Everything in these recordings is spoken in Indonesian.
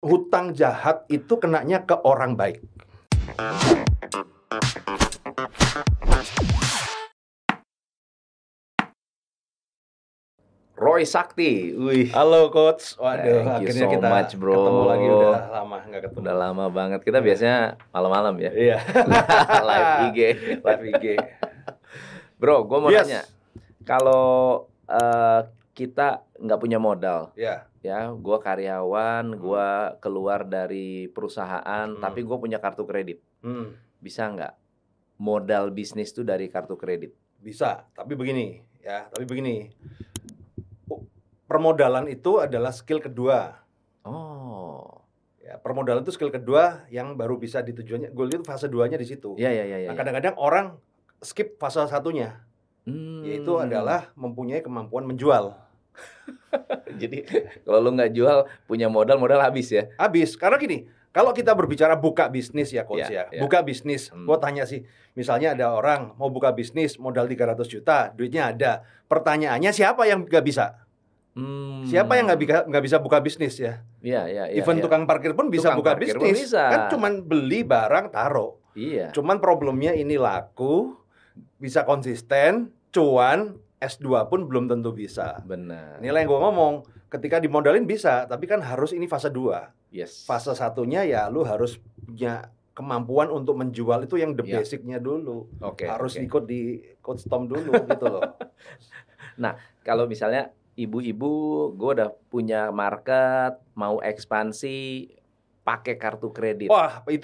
hutang jahat itu kenanya ke orang baik. Roy Sakti, wih. Halo Coach, waduh, Thank you akhirnya so kita much, bro. ketemu lagi, udah lama nggak ketemu. Udah lama banget, kita biasanya malam-malam ya. Iya. Live IG. Live IG. Bro, gue mau Yes. nanya, kalau kita nggak punya modal, Ya. ya, gue karyawan, gue keluar dari perusahaan, tapi gue punya kartu kredit, bisa nggak modal bisnis tuh dari kartu kredit? Bisa, tapi begini. Permodalan itu adalah skill kedua. Oh. Ya, permodalan itu skill kedua yang baru bisa ditujuannya. Gue lihat fase 2-nya di situ. Iya. Nah, kadang-kadang orang skip fase 1-nya. Yaitu adalah mempunyai kemampuan menjual. Jadi kalau lu nggak jual, punya modal habis ya? Habis, karena gini, kalau kita berbicara buka bisnis ya Coach Ya. buka bisnis, gue tanya sih, misalnya ada orang mau buka bisnis modal 300 juta, duitnya ada. Pertanyaannya siapa yang nggak bisa? Siapa yang nggak bisa buka bisnis ya? Iya. Even tukang parkir pun bisa Tukang buka parkir pun bisnis. bisa. Kan cuman beli barang taruh. Iya. Cuman problemnya ini laku, bisa konsisten, cuan, S2 pun belum tentu bisa. Benar. Inilah yang gue ngomong, ketika dimodalin bisa, tapi kan harus ini fase 2. Yes. Fase 1-nya ya lu harus punya kemampuan untuk menjual itu yang the Ya. basic-nya dulu. Oke. Harus oke. ikut di Coach Tom dulu gitu loh. Nah, kalau misalnya ibu-ibu, gue udah punya market, mau ekspansi, pakai kartu kredit. Wah, itu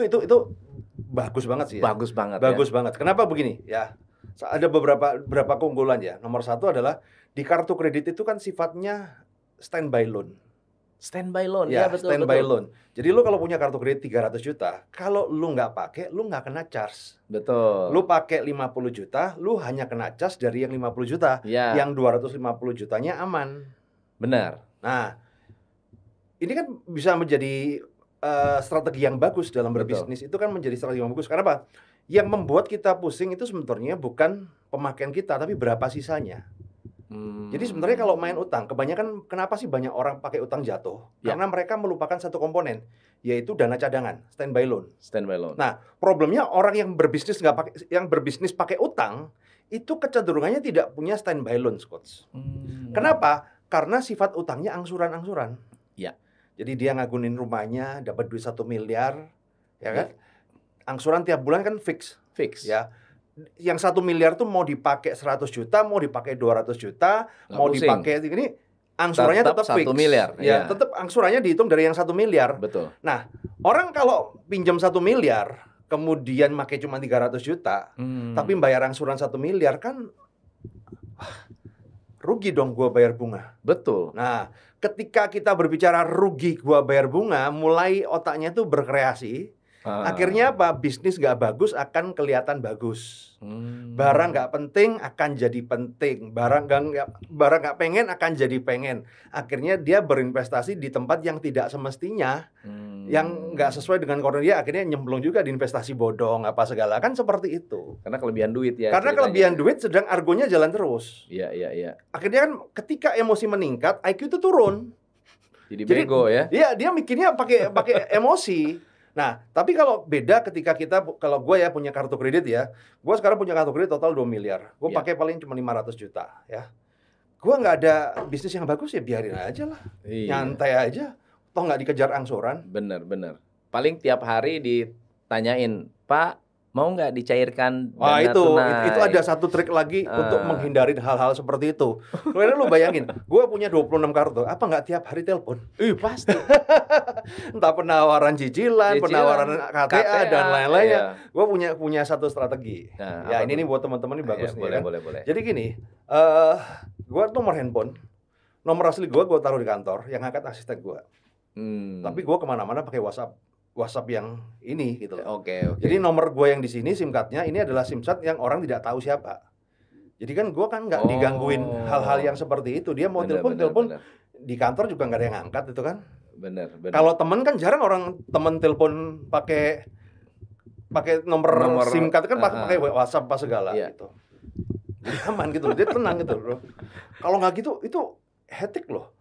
bagus banget sih ya. Bagus banget. Bagus banget. Kenapa begini? Ya, ada beberapa keunggulan ya. Nomor 1 adalah di kartu kredit itu kan sifatnya standby loan. Standby loan, Ya, betul. standby loan. Jadi lu kalau punya kartu kredit 300 juta, kalau lu nggak pakai, lu nggak kena charge. Betul. Lu pakai 50 juta, lu hanya kena charge dari yang 50 juta. Ya. Yang 250 jutanya aman. Benar. Nah, ini kan bisa menjadi strategi yang bagus dalam berbisnis. Itu kan menjadi strategi yang bagus. Karena apa? Yang membuat kita pusing itu sebenarnya bukan pemakaian kita, tapi berapa sisanya. Jadi sebenarnya kalau main utang, kebanyakan kenapa sih banyak orang pakai utang jatuh? Ya. Karena mereka melupakan satu komponen, yaitu dana cadangan, standby loan. Standby loan. Nah, problemnya orang yang berbisnis pakai utang itu kecenderungannya tidak punya standby loan, Coach. Kenapa? Karena sifat utangnya angsuran-angsuran. Ya. Jadi dia ngagunin rumahnya, dapat duit 1 miliar, ya kan? Angsuran tiap bulan kan fix. Ya. Yang 1 miliar tuh mau dipakai 100 juta, mau dipakai 200 juta, Nggak mau pusing. dipakai ini, angsurannya tetap fix. 1 miliar. Ya, tetap angsurannya dihitung dari yang 1 miliar. Betul. Nah, orang kalau pinjam 1 miliar, kemudian pakai cuma 300 juta, tapi bayar angsuran 1 miliar kan rugi dong gua bayar bunga. Betul. Nah, ketika kita berbicara rugi gua bayar bunga, mulai otaknya tuh berkreasi. Akhirnya apa? Bisnis nggak bagus akan kelihatan bagus. Barang nggak penting akan jadi penting. Barang nggak pengen akan jadi pengen. Akhirnya dia berinvestasi di tempat yang tidak semestinya, yang nggak sesuai dengan koridor dia. Akhirnya nyemplung juga di investasi bodong apa segala, kan seperti itu. Karena kelebihan duit ya. Karena kelebihan duit sedang argonya jalan terus. Iya. Akhirnya kan ketika emosi meningkat, IQ itu turun. Jadi bego ya. Iya, dia mikirnya pakai emosi. Nah, tapi kalau beda ketika kalau gue ya punya kartu kredit ya, gue sekarang punya kartu kredit total 2 miliar. Gue pakai paling cuma 500 juta ya. Gue nggak ada bisnis yang bagus ya biarin aja lah. Iya. Nyantai aja. Toh nggak dikejar angsuran. Bener. Paling tiap hari ditanyain, Pak, mau nggak dicairkan Wah, dana itu tunai? ada satu trik lagi untuk menghindari hal-hal seperti itu. Lu bayangin, gue punya 26 kartu, apa nggak tiap hari telepon? Pasti. Entah penawaran cicilan, penawaran KTA dan lain-lainnya. Iya. Gue punya satu strategi. Nah, ya ini nih buat teman-teman ini bagus nih. Boleh. Jadi gini, gue nomor handphone, nomor asli gue taruh di kantor, yang angkat asisten gue. Tapi gue kemana-mana pakai WhatsApp yang ini gitu loh. Oke. Jadi nomor gue yang di sini SIM card-nya ini adalah SIM card yang orang tidak tahu siapa. Jadi kan gue kan nggak digangguin hal-hal yang seperti itu. Dia mau telepon di kantor juga nggak ada yang angkat itu kan. Bener. Kalau temen kan jarang orang temen telepon pakai nomor SIM card kan pakai WhatsApp apa segala gitu. Jadi aman gitu loh, dia tenang gitu loh. Kalau nggak gitu itu hectic loh.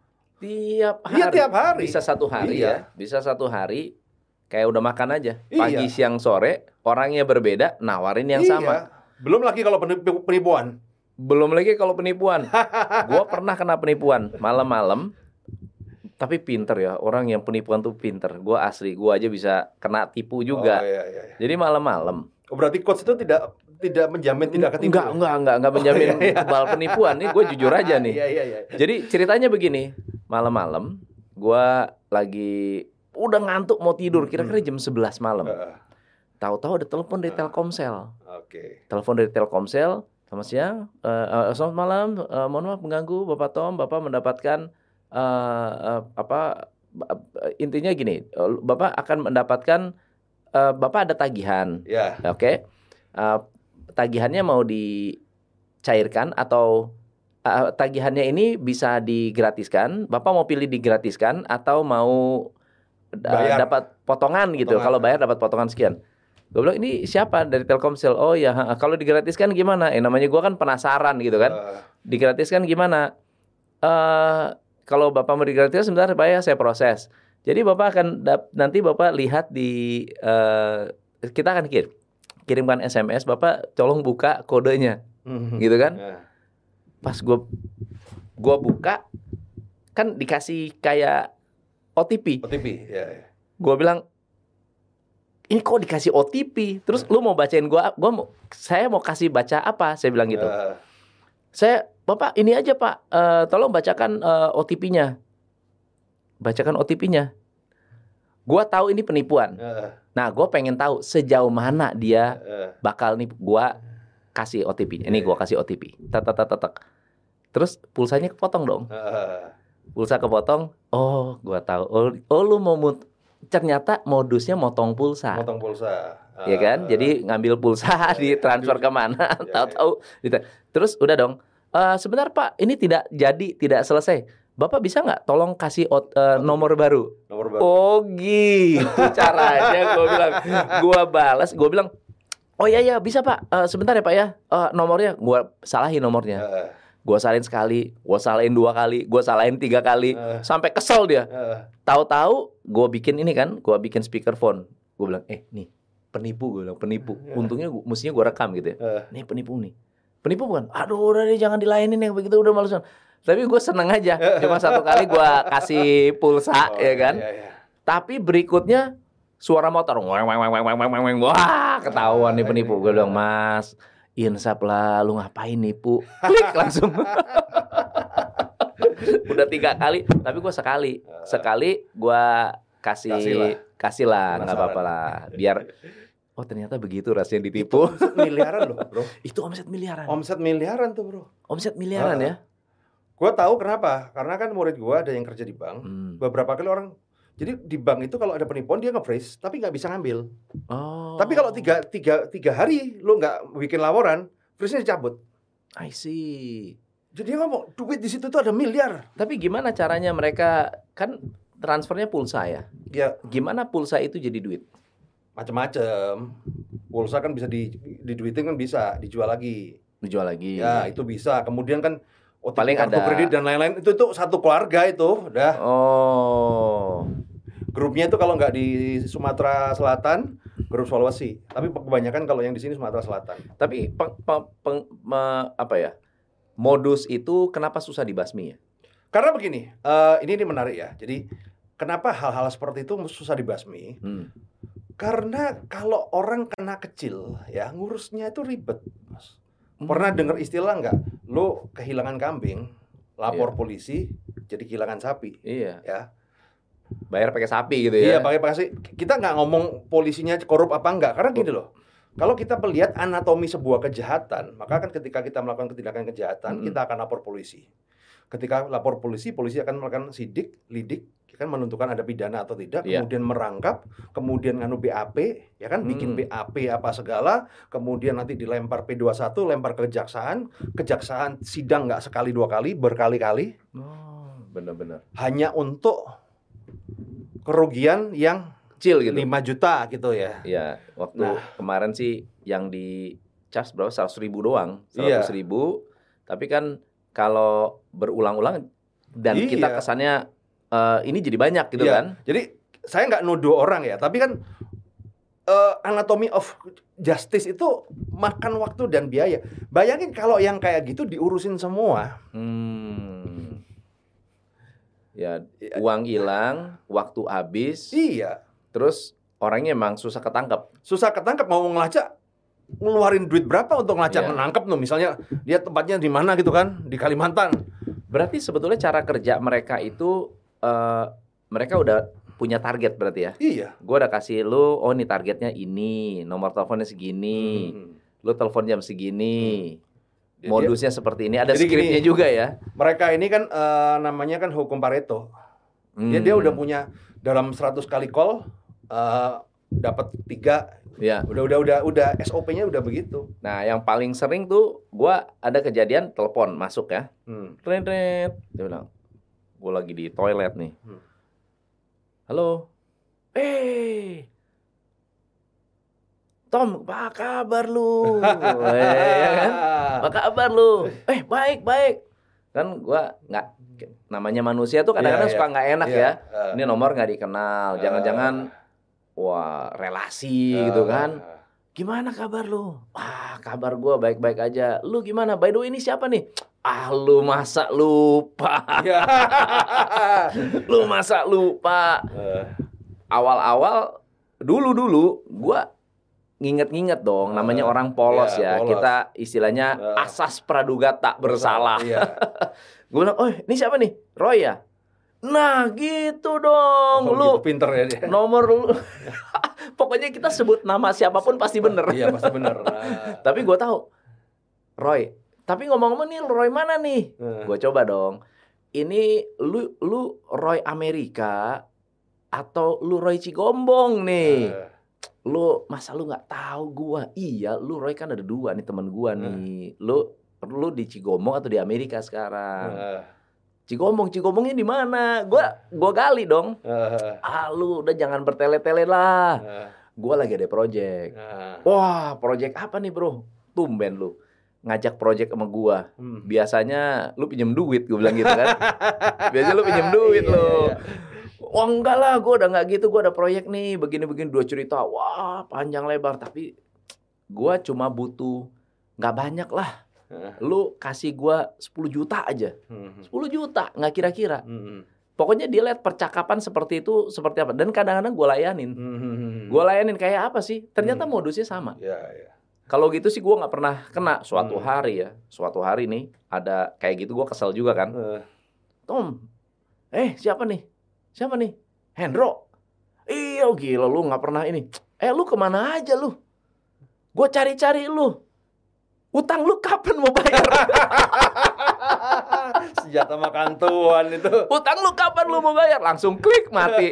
Tiap hari. Iya, tiap hari. Bisa 1 hari ya. Bisa 1 hari kayak udah makan aja. Pagi, Iya. siang, sore, orangnya berbeda, nawarin yang sama. Belum lagi kalau penipuan. Belum lagi kalau penipuan. Gua pernah kena penipuan malam-malam. Tapi pinter ya, orang yang penipuan tuh pinter. Gua asli, gua aja bisa kena tipu juga. Iya. Jadi malam-malam. Berarti coach itu tidak menjamin tidak ketipu. Enggak menjamin kebal penipuan. Nih gue jujur aja nih. Iya. Jadi ceritanya begini, malam-malam gue lagi udah ngantuk mau tidur, kira-kira jam 11 malam. Tahu-tahu ada telepon dari Telkomsel. Oke. Telepon dari Telkomsel, selamat siang, selamat malam, mohon maaf mengganggu Bapak Tom, Bapak mendapatkan intinya gini, Bapak akan mendapatkan Bapak ada tagihan. Ya. Oke. Tagihannya mau dicairkan atau tagihannya ini bisa digratiskan. Bapak mau pilih digratiskan atau mau dapat potongan gitu. Kalau bayar dapat potongan sekian. Gue bilang ini siapa dari Telkomsel? Oh ya, kalau digratiskan gimana? Namanya gue kan penasaran gitu kan. Digratiskan gimana? Kalau Bapak mau digratiskan sebentar Pak ya, saya proses. Jadi Bapak akan nanti Bapak lihat di kita akan kirimkan SMS, Bapak tolong buka kodenya, gitu kan? Pas gue buka, kan dikasih kayak OTP. Ya. Gue bilang, ini kok dikasih OTP? Terus lu mau bacain saya mau kasih baca apa? Saya bilang gitu. Bapak ini aja Pak, tolong bacakan OTP-nya. Bacakan OTP-nya. Gue tahu ini penipuan. Nah, gue pengen tahu sejauh mana dia bakal nipu. Gue kasih OTP-nya. Ini gue kasih OTP. Tak. Terus pulsanya kepotong dong. Pulsa kepotong. Oh, gue tahu. Oh, lu mau ternyata modusnya motong pulsa. Ya kan? Jadi ngambil pulsa ditransfer kemana? Tahu-tahu. Terus udah dong. Sebentar Pak, ini tidak selesai. Bapak bisa nggak tolong kasih nomor baru? Oh gitu caranya. Gue bilang, oh iya bisa Pak, sebentar ya Pak ya, nomornya. Gue salahin nomornya. Gue salahin sekali, gue salahin 2 kali, gue salahin 3 kali, sampai kesel dia. Tahu-tahu gue bikin speakerphone. Gue bilang, nih penipu, gue bilang penipu. Untungnya mestinya gue rekam gitu ya. Nih penipu bukan? Aduh udah deh jangan dilainin ya begitu, udah males. Tapi gue seneng aja, cuma 1 kali gue kasih pulsa, ya kan. Iya. Tapi berikutnya suara motor, wah ketahuan nih penipu. Gue bilang, Mas, insaf lah, lu ngapain nipu? Klik langsung. Udah 3 kali, tapi gue sekali gue kasih lah, nggak apa-apa lah, biar. Oh ternyata begitu rasanya ditipu. Itu omset miliaran loh bro. Itu omset miliaran. Omset miliaran tuh bro. Omset miliaran ya. Gue tahu kenapa, karena kan murid gue ada yang kerja di bank. Beberapa kali orang, jadi di bank itu kalau ada penipuan dia nge-freeze, tapi nggak bisa ngambil. Tapi kalau tiga hari lu nggak bikin laporan, freeze-nya dicabut. I see. Jadi dia ngomong duit di situ tuh ada miliar. Tapi gimana caranya mereka, kan transfernya pulsa ya? Ya. Gimana pulsa itu jadi duit? Macam-macam. Pulsa kan bisa diduitin, kan bisa dijual lagi. Ya itu bisa. Kemudian kan paling kartu kredit dan lain-lain itu satu keluarga itu udah. Grupnya itu kalau nggak di Sumatera Selatan, grup Sulawesi. Tapi kebanyakan kalau yang di sini Sumatera Selatan. Tapi modus itu kenapa susah dibasmi ya? Karena begini, ini menarik ya. Jadi kenapa hal-hal seperti itu susah dibasmi? Karena kalau orang kena kecil, ya ngurusnya itu ribet, Mas. Pernah dengar istilah nggak? Lo kehilangan kambing, lapor polisi, jadi kehilangan sapi. Iya. Ya. Bayar pakai sapi gitu ya? Iya, pakai sapi. Kita nggak ngomong polisinya korup apa enggak, karena gini loh. Kalau kita melihat anatomi sebuah kejahatan, maka kan ketika kita melakukan tindakan kejahatan, kita akan lapor polisi. Ketika lapor polisi akan melakukan lidik, kan menentukan ada pidana atau tidak, kemudian merangkap, kemudian nganu BAP, ya kan, bikin BAP apa segala, kemudian nanti dilempar P21, lempar ke kejaksaan sidang nggak sekali 2 kali, berkali-kali. Benar-benar. Hanya untuk kerugian yang kecil gitu. 5 juta gitu ya. Iya, waktu kemarin sih yang di charge berapa? 100.000 doang. 100.000. Tapi kan kalau berulang-ulang Dan kita kesannya ini jadi banyak gitu kan. Jadi saya nggak nuduh orang ya, tapi kan anatomy of justice itu makan waktu dan biaya. Bayangin kalau yang kayak gitu diurusin semua. Ya, uang hilang, waktu habis. Iya. Terus orangnya emang susah ketangkep. Susah ketangkep, mau ngelacak ngeluarin duit berapa untuk ngelacak menangkap tuh, misalnya dia tempatnya di mana gitu kan, di Kalimantan. Berarti sebetulnya cara kerja mereka itu mereka udah punya target berarti ya? Iya. Gue udah kasih lu, oh nih targetnya ini, nomor teleponnya segini, lu telepon jam segini. Modusnya seperti ini, ada skripnya juga ya. Mereka ini kan namanya kan hukum Pareto. Dia udah punya dalam 100 kali call dapat 3. Ya. Udah SOP-nya udah begitu. Nah, yang paling sering tuh gua ada kejadian telepon masuk ya. Tret. Dia bilang, "Gua lagi di toilet nih." Halo. Tom, apa kabar lu? Ya kan? Apa kabar lu? Baik. Kan gua nggak, namanya manusia tuh kadang-kadang suka nggak enak ya. Ini nomor nggak dikenal, jangan-jangan wah relasi gitu kan. Gimana kabar lu? Wah, kabar gua baik-baik aja. Lu gimana? By the way, ini siapa nih? Lu masa lupa? Lu masa lupa? Awal-awal dulu gua nginget dong, namanya orang polos ya. Polos. Kita istilahnya asas praduga tak bersalah. Gue bilang, oh ini siapa nih? Roy ya? Nah gitu dong. Lu gitu pinter ya dia. Nomor lu. Pokoknya kita sebut nama siapapun pasti bener. Iya pasti bener. Tapi gue tahu Roy. Tapi ngomong-ngomong nih Roy mana nih? Gue coba dong. Ini lu Roy Amerika atau lu Roy Cigombong nih? Lu masa lu nggak tahu gua? Iya, lu Roy kan ada 2 nih teman gua nih. Lu di Cigombong atau di Amerika sekarang? Cigombongnya di mana? Gua gali dong. Lu udah jangan bertele-tele lah. Gua lagi ada project. Wah, project apa nih, Bro? Tumben lu ngajak project sama gua. Biasanya lu pinjem duit, gua bilang gitu kan. Biasanya lu pinjem duit lu. Oh enggak lah, gue udah gak gitu, gue ada proyek nih, begini-begini 2 cerita, wah panjang lebar, tapi gue cuma butuh gak banyak lah, lu kasih gue 10 juta aja, 10 juta, gak kira-kira. Pokoknya dia lihat percakapan seperti itu, seperti apa, dan kadang-kadang gue layanin kayak apa sih, ternyata modusnya sama. Kalau gitu sih gue gak pernah kena. Suatu hari nih, ada kayak gitu, gue kesel juga kan. Tom, siapa nih? Hendro. Iya gila lu gak pernah ini. Lu kemana aja lu? Gue cari-cari lu. Utang lu kapan mau bayar? Senjata makan tuan itu. Utang lu kapan lu mau bayar? Langsung klik mati.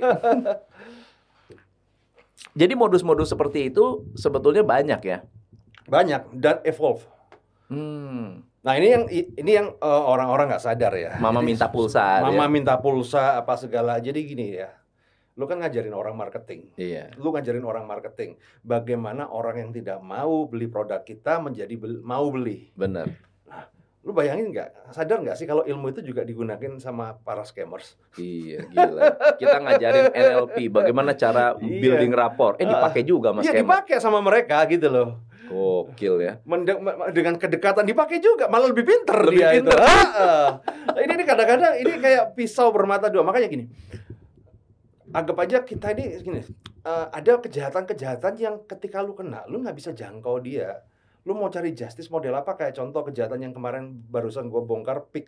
Jadi modus-modus seperti itu sebetulnya banyak ya? Banyak dan evolve. Nah ini yang orang-orang nggak sadar ya. Mama minta pulsa. Minta pulsa apa segala. Jadi gini ya, lu kan ngajarin orang marketing. Iya. Lu ngajarin orang marketing. Bagaimana orang yang tidak mau beli produk kita menjadi mau beli. Benar. Nah, lu bayangin nggak? Sadar nggak sih kalau ilmu itu juga digunakan sama para scammers? Iya, gila. Kita ngajarin NLP, bagaimana cara building rapport. Dipakai juga mas. Iya, dipakai sama mereka gitu loh. Gokil ya. Dengan kedekatan dipakai juga, malah lebih pinter dia itu. Ini kadang-kadang ini kayak pisau bermata 2. Makanya gini, anggap aja kita ini gini, ada kejahatan-kejahatan yang ketika lu kena, lu nggak bisa jangkau dia. Lu mau cari justice model apa? Kayak contoh kejahatan yang kemarin barusan gue bongkar, pig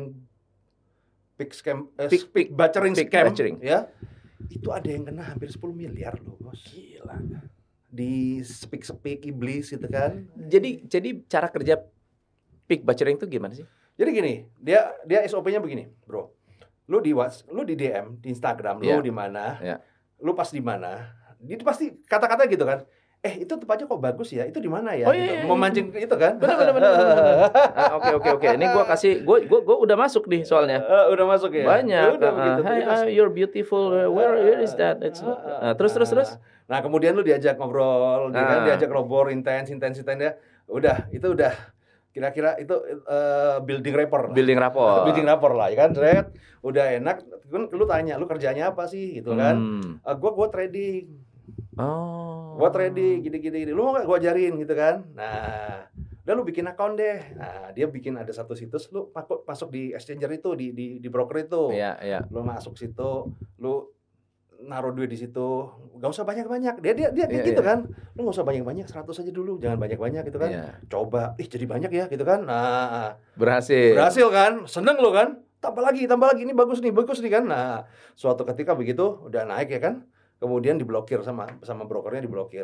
butchering scam. Ya, itu ada yang kena hampir 10 miliar loh bos. Gila. Di speak iblis gitu kan. Jadi cara kerja pig butchering itu gimana sih? Jadi gini, dia SOP-nya begini, bro. Lu di DM di Instagram, lu di mana? Lu pas di mana? Dia pasti kata-kata gitu kan. Itu tempatnya kok bagus ya? Itu di mana ya? Gitu. Memancing itu kan? Benar. Oke. Ini gua udah masuk nih soalnya. Udah masuk ya. Banyak. Hi, you're beautiful. Where is that? Terus. Nah, kemudian lu diajak ngobrol, diajak ngobrol intens ya. Udah, itu udah Kira-kira itu building rapport. Building rapport. Building rapport lah, ya kan? Udah enak. Kan lu tanya, lu kerjanya apa sih gitu kan? Gua trading. Gua trading gini. Lu mau nggak gua ajarin gitu kan? Nah, udah lu bikin account deh. Nah, dia bikin ada satu situs, lu masuk di exchanger itu, di broker itu. Iya. Lu masuk situ, lu naruh duit di situ, nggak usah banyak-banyak. Dia gitu kan, lu nggak usah banyak-banyak, 100 aja dulu, jangan banyak-banyak gitu kan. Coba, jadi banyak ya gitu kan. Nah, berhasil kan, seneng lo kan, tambah lagi, ini bagus nih kan. Nah, suatu ketika begitu udah naik ya kan, kemudian diblokir sama brokernya, diblokir.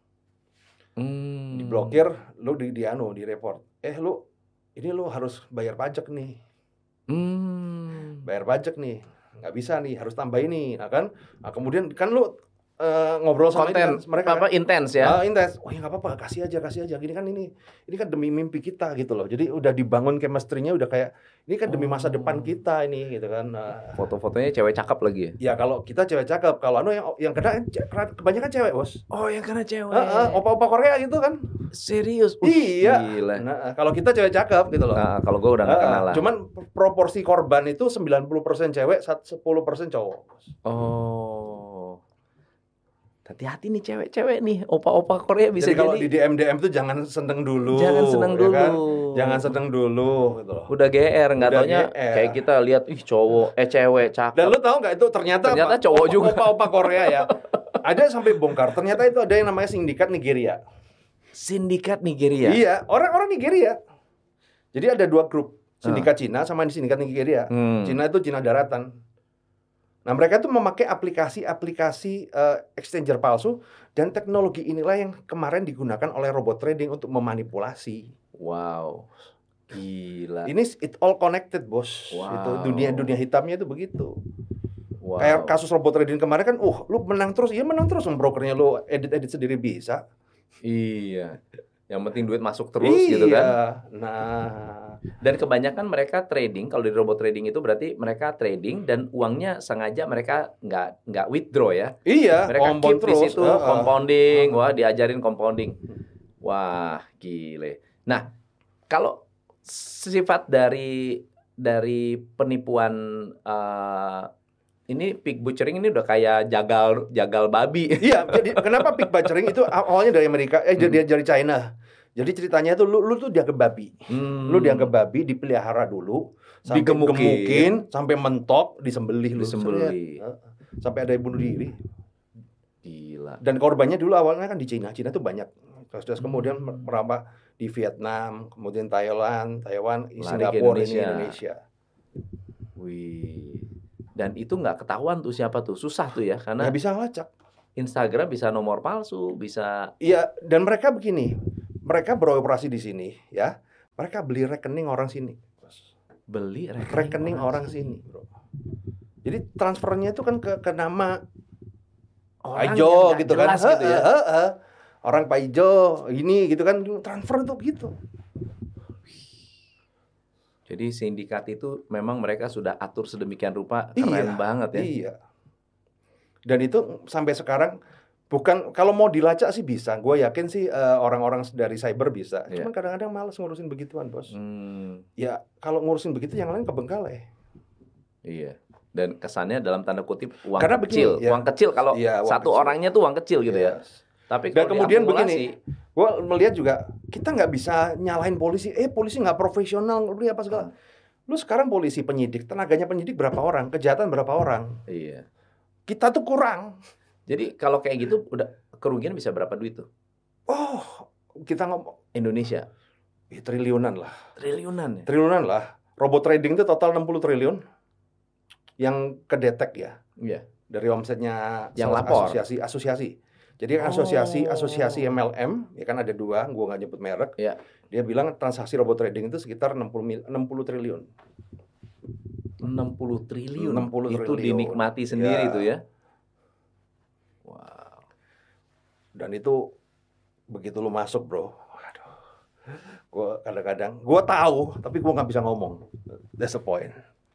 Diblokir, lu di report. Lu harus bayar pajak nih. Bayar pajak nih. Nggak bisa nih, harus tambah ini, nah kan? Nah, kemudian kan lu ngobrol sama mereka apa kan? Intens ya? Intens. Oh ya nggak apa-apa, kasih aja. Gini kan ini kan demi mimpi kita gitu loh. Jadi udah dibangun chemistry-nya udah kayak ini kan demi masa depan kita ini gitu kan. Foto-fotonya cewek cakep lagi ya? Ya kalau kita cewek cakep, kalau yang kena kebanyakan cewek, Bos. Oh, yang kena cewek. Opa-opa Korea gitu kan. Serius? Iya. Gila. Nah, kalau kita cewek cakep gitu loh. Nah, kalau gue udah nggak kenal lah. Cuman proporsi korban itu 90% cewek, 10% cowok. Oh. Hati-hati nih cewek-cewek nih, opa-opa Korea bisa jadi. Kalau di DM tuh jangan seneng dulu. Jangan seneng dulu. Kan? Jangan seneng dulu gitu loh. Udah GR, nggak taunya kayak kita lihat cowok, cewek cakep. Dan lu tahu nggak itu ternyata cowok juga. Opa-opa Korea ya. Ada sampai bongkar. Ternyata itu ada yang namanya sindikat Nigeria. Sindikat Nigeria. Iya, orang-orang Nigeria. Jadi ada 2 grup, sindikat Cina sama sindikat Nigeria. Cina itu Cina daratan. Nah, mereka tuh memakai aplikasi exchanger palsu, dan teknologi inilah yang kemarin digunakan oleh robot trading untuk memanipulasi. Wow. Gila. Ini it all connected, Bos. Wow. Itu dunia hitamnya itu begitu. Wow. Kayak kasus robot trading kemarin kan, lu menang terus, brokernya lu edit sendiri bisa. Iya. Yang penting duit masuk terus gitu kan. Nah, dan kebanyakan mereka trading, kalau di robot trading itu berarti mereka trading dan uangnya sengaja mereka nggak withdraw ya. Iya, mereka keep terus, di situ compounding. Wah, diajarin compounding. Wah, gile. Nah, kalau sifat dari penipuan ini pig butchering ini udah kayak jagal babi. Iya, jadi kenapa pig butchering itu awalnya dari Amerika, dia dari China. Jadi ceritanya itu lu tuh dianggap babi. Lu dianggap babi, dipelihara dulu, sampai gemukin, sampai mentok, disembelih. Sampai ada yang bunuh diri. Gila. Dan korbannya dulu awalnya kan di Cina. Cina tuh banyak. Terus kemudian merambah di Vietnam, kemudian Taiwan, Singapura, Indonesia. Wih. Dan itu nggak ketahuan tuh siapa tuh, susah tuh ya, karena nggak bisa ngelacak. Instagram bisa nomor palsu, bisa. Iya, dan mereka begini, mereka beroperasi di sini, ya. Mereka beli rekening orang sini. Beli rekening orang sini, bro. Jadi transfernya itu kan ke nama orang Ijo gitu kan, gitu ya. Orang Pak Ijo ini gitu kan, transfer tuh gitu. Jadi sindikat itu memang mereka sudah atur sedemikian rupa, keren banget ya. Iya. Dan itu sampai sekarang bukan, kalau mau dilacak sih bisa. Gue yakin sih orang-orang dari cyber bisa. Cuman kadang-kadang malas ngurusin begituan, Bos. Ya kalau ngurusin begitu yang lain kebengkalai. Iya. Dan kesannya dalam tanda kutip uang karena kecil. Begini, ya. Uang kecil kalau satu kecil. Orangnya tuh uang kecil gitu ya. Tapi dan kemudian begini, gue melihat juga kita nggak bisa nyalahin polisi. Polisi nggak profesional, apa segala. Lu sekarang polisi, penyidik, tenaganya penyidik berapa orang, kejahatan berapa orang? Iya. Kita tuh kurang. Jadi kalau kayak gitu udah kerugian bisa berapa duit tuh? Oh, kita ngomong Indonesia. Triliunan lah. Triliunan ya? Triliunan lah. Robot trading itu total 60 triliun yang kedetek ya. Iya. Dari omsetnya yang lapor. Asosiasi. Jadi asosiasi MLM, ya kan ada 2, gue nggak nyebut merek. Ya. Dia bilang transaksi robot trading itu sekitar 60 triliun. 60 triliun. 60 itu triliun. Dinikmati sendiri tuh ya. Wow. Dan itu begitu lu masuk, bro. Waduh. Gue kadang-kadang, gue tahu, tapi gue nggak bisa ngomong. That's the point.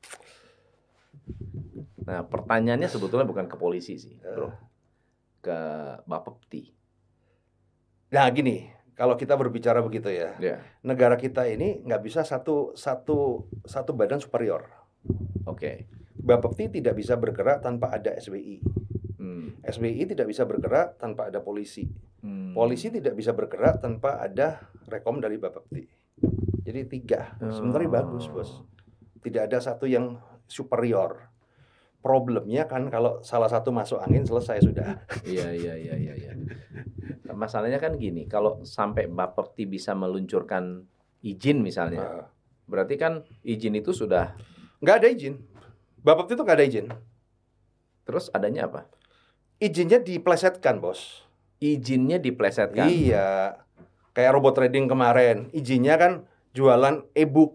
Nah, pertanyaannya sebetulnya bukan ke polisi sih, bro. Ke Bapepti. Nah gini, Kalau kita berbicara begitu ya, negara kita ini nggak bisa satu badan superior. Oke. Bapepti tidak bisa bergerak tanpa ada SWI. SWI tidak bisa bergerak tanpa ada polisi. Polisi tidak bisa bergerak tanpa ada rekom dari Bapepti. Jadi 3. Sebenarnya bagus, Bos. Tidak ada satu yang superior. Problemnya kan kalau salah satu masuk angin selesai sudah. Iya. Masalahnya kan gini, kalau sampai Bapepti bisa meluncurkan izin misalnya, berarti kan izin itu sudah nggak ada izin. Bapepti itu nggak ada izin. Terus adanya apa? Izinnya diplesetkan, Bos. Izinnya diplesetkan? Iya. Kayak robot trading kemarin, izinnya kan jualan e-book.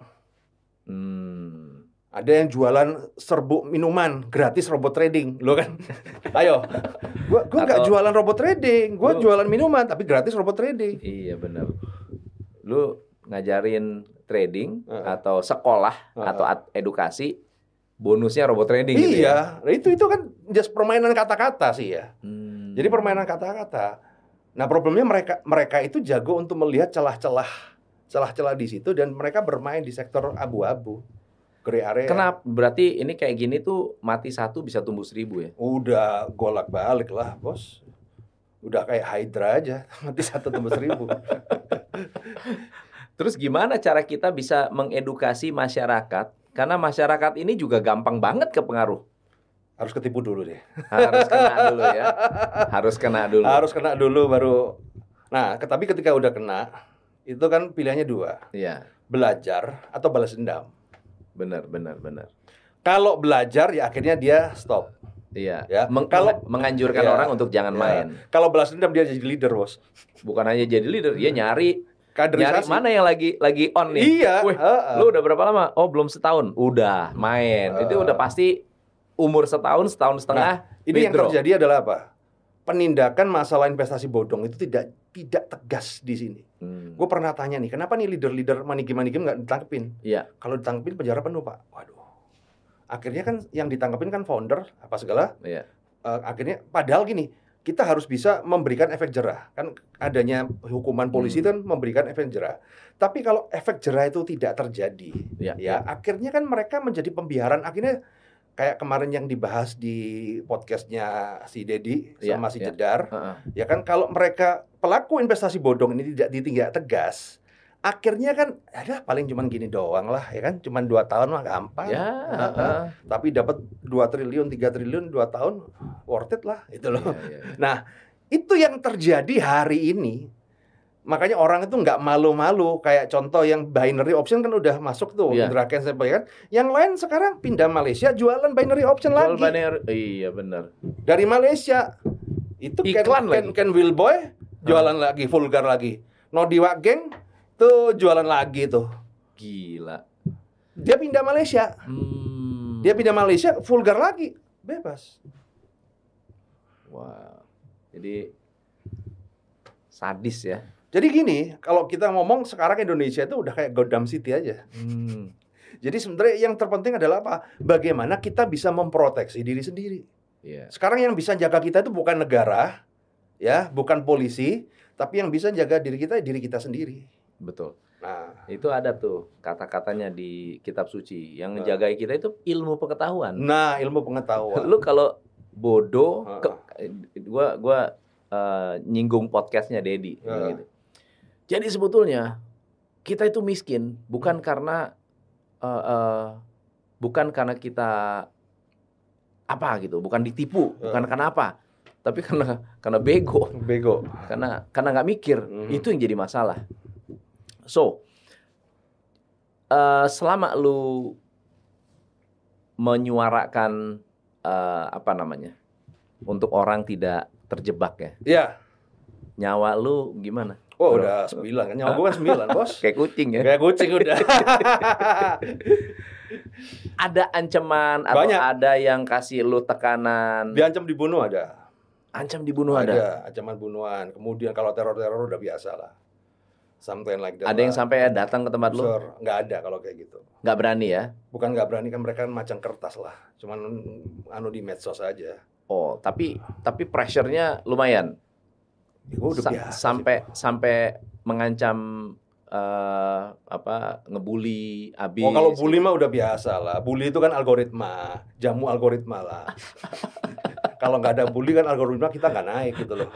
Ada yang jualan serbuk minuman gratis robot trading, lo kan? Ayo, gua nggak jualan robot trading, gua jualan minuman tapi gratis robot trading. Iya benar. Lu ngajarin trading atau sekolah atau edukasi, bonusnya robot trading gitu ya? Iya, itu kan just permainan kata-kata sih ya. Jadi permainan kata-kata. Nah problemnya mereka itu jago untuk melihat celah-celah di situ dan mereka bermain di sektor abu-abu. Area. Kenapa? Berarti ini kayak gini tuh mati 1 bisa tumbuh 1000 ya? Udah golak-balik lah, Bos. Udah kayak Hydra aja, mati 1 tumbuh 1000. Terus gimana cara kita bisa mengedukasi masyarakat? Karena masyarakat ini juga gampang banget kepengaruh. Harus ketipu dulu deh. Harus kena dulu ya. Harus kena dulu baru. Nah, tapi ketika udah kena, itu kan pilihannya 2. Iya. Belajar atau balas dendam. Benar. Kalau belajar ya akhirnya dia stop. Iya. Ya. Kalau menganjurkan orang untuk jangan main. Kalau balas dendam dia jadi leader, Bos. Bukan hanya jadi leader, dia nyari kaderisasi. Mana yang lagi on nih? Iya. Wih, lu udah berapa lama? Oh, belum setahun. Udah main. Itu udah pasti umur setahun setengah. Ini yang terjadi adalah apa? Penindakan masalah investasi bodong itu tidak tegas di sini. Gue pernah tanya nih, kenapa nih leader-leader manigim nggak ditangkepin? Iya. Kalau ditangkepin penjara penuh, Pak. Waduh. Akhirnya kan yang ditangkepin kan founder apa segala. Iya. Akhirnya padahal gini, kita harus bisa memberikan efek jerah. Kan adanya hukuman polisi kan memberikan efek jerah. Tapi kalau efek jerah itu tidak terjadi, akhirnya kan mereka menjadi pembiaran. Akhirnya kayak kemarin yang dibahas di podcastnya si Dedi sama si Jedar, ya kan kalau mereka pelaku investasi bodong ini tidak ditindak tegas, akhirnya kan ada paling cuman gini doang lah, ya kan cuman 2 tahun mah gampang, tapi dapat 2 triliun 3 triliun 2 tahun worth it lah itu loh. Nah itu yang terjadi hari ini. Makanya orang itu nggak malu-malu. Kayak contoh yang binary option kan udah masuk tuh, Indra Kents kan. Yang lain sekarang pindah Malaysia jualan binary option lagi. Iya benar. Dari Malaysia itu iklan Ken Wilboy jualan lagi, vulgar lagi. Nodiwa Geng tuh jualan lagi tuh. Gila. Dia pindah Malaysia. Dia pindah Malaysia, vulgar lagi, bebas. Wow. Jadi sadis ya. Jadi gini, kalau kita ngomong sekarang Indonesia itu udah kayak Gotham City aja. Jadi sebenarnya yang terpenting adalah apa? Bagaimana kita bisa memproteksi diri sendiri. Sekarang yang bisa jaga kita itu bukan negara, ya, bukan polisi, tapi yang bisa jaga diri kita sendiri. Betul. Nah, itu ada tuh kata-katanya di kitab suci. Yang menjagai kita itu ilmu pengetahuan. Nah, ilmu pengetahuan. Lu kalau bodoh, gua nyinggung podcastnya Dedi. Gitu. Jadi sebetulnya kita itu miskin bukan karena kita apa gitu, bukan ditipu, bukan karena apa, tapi karena bego, karena nggak mikir. Itu yang jadi masalah. So selama lu menyuarakan untuk orang tidak terjebak ya, nyawa lu gimana? Oh udah 9 kan, nyawa gue kan 9 bos. Kayak kucing ya? Kayak kucing udah. Ada ancaman atau banyak. Ada yang kasih lu tekanan? Diancam dibunuh ada. Ancam dibunuh ada? Ancaman bunuhan. Kemudian kalau teror-teror udah biasa lah. Something like that. Ada yang sampai datang ke tempat lu? Nggak ada kalau kayak gitu. Nggak berani ya? Bukan nggak berani, kan mereka macam kertas lah. Cuman di medsos aja. Oh, tapi pressure-nya lumayan? Ya, gua udah biasa sampai mengancam ngebully abis. Oh, kalau bully mah udah biasa lah. Bully itu kan algoritma, jamu algoritma lah. Kalau nggak ada bully kan algoritma kita nggak naik gitu loh.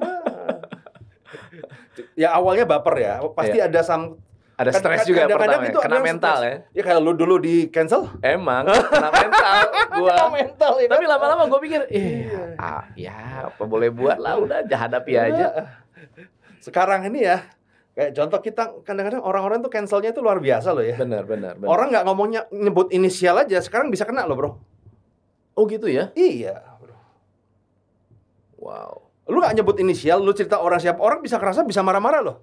Ya awalnya baper ya, pasti ada stres juga pertama, itu kena mental ya. Ya kayak lu dulu di cancel. Emang kena mental gua. Kena mental ya. Tapi lama-lama gua pikir, ya apa boleh buat lah, udah hadapi aja. Sekarang ini ya, kayak contoh kita kadang-kadang orang-orang tuh cancelnya itu luar biasa loh ya. Benar. Orang nggak ngomongnya nyebut inisial aja, sekarang bisa kena loh bro. Oh gitu ya? Iya bro. Wow. Lu nggak nyebut inisial, lu cerita orang siapa, orang bisa kerasa, bisa marah-marah loh.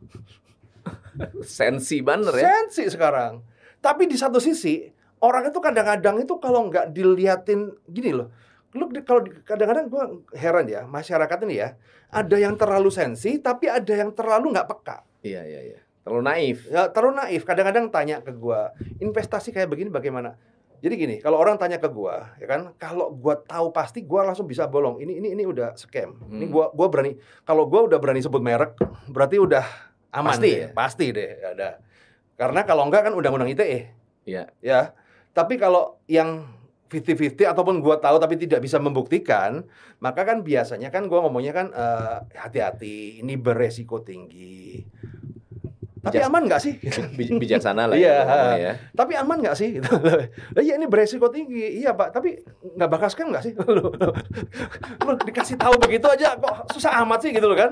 Sensi bener ya? Sensi sekarang. Tapi di satu sisi, orang itu kadang-kadang itu kalau nggak diliatin gini loh. Lu kalau kadang-kadang gue heran ya, masyarakat ini ya, ada yang terlalu sensi, tapi ada yang terlalu nggak peka. Iya. Terlalu naif. Ya, terlalu naif. Kadang-kadang tanya ke gue, investasi kayak begini bagaimana? Jadi gini, kalau orang tanya ke gue, ya kan, kalau gue tahu pasti gue langsung bisa bolong. Ini udah scam. Ini gue berani. Kalau gue udah berani sebut merek, berarti udah aman. Pasti deh. ya? Pasti deh. Ada. Karena kalau enggak kan undang-undang ITE. Iya. Ya. Tapi kalau yang 50-50 ataupun gue tahu tapi tidak bisa membuktikan, maka kan biasanya kan gue ngomongnya kan hati-hati, ini beresiko tinggi. Tapi aman nggak sih? Bijaksana lah. Iya. Ya. Tapi aman nggak sih? Iya ini beresiko tinggi. Iya Pak. Tapi nggak bakal scam nggak sih? Lu dikasih tahu begitu aja kok susah amat sih gitu loh kan?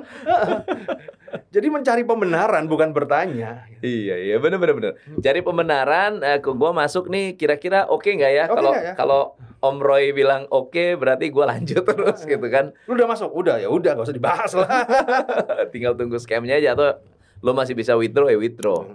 Jadi mencari pembenaran bukan bertanya. Iya benar. Cari pembenaran. Gue masuk nih. Kira-kira oke nggak ya? Kalau Om Roy bilang oke, berarti gue lanjut terus gitu kan? Lu udah masuk? Udah ya udah, nggak usah dibahas lah. Tinggal tunggu scamnya aja atau lo masih bisa withdraw.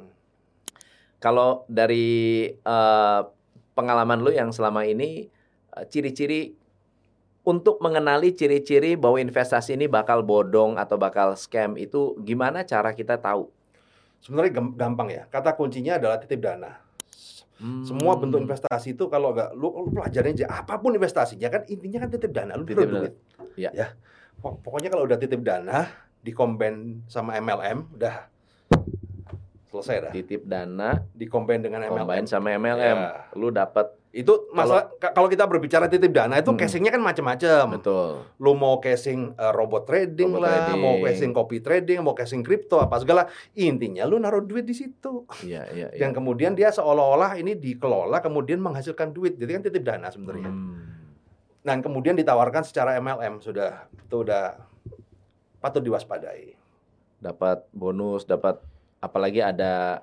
Kalau dari pengalaman lo yang selama ini, ciri-ciri untuk mengenali ciri-ciri bahwa investasi ini bakal bodong atau bakal scam itu gimana cara kita tahu? Sebenarnya gampang ya. Kata kuncinya adalah titip dana. Semua bentuk investasi itu kalau nggak lu pelajarin aja, apapun investasinya kan intinya kan titip dana. Lu perlu duit. Ya. Pokoknya kalau udah titip dana, di-combine sama MLM, udah selesai dah. Titip dana di-combine dengan MLM. Combine sama MLM. Ya. Lu dapat itu masalah kalau kita berbicara titip dana itu casingnya kan macam-macam. Betul. Lu mau casing robot trading lah, mau casing copy trading, mau casing kripto apa segala. Intinya lu naruh duit di situ. Iya. Dan kemudian dia seolah-olah ini dikelola kemudian menghasilkan duit. Jadi kan titip dana sebenarnya. Dan kemudian ditawarkan secara MLM itu udah patut diwaspadai. Dapat bonus, dapat apalagi ada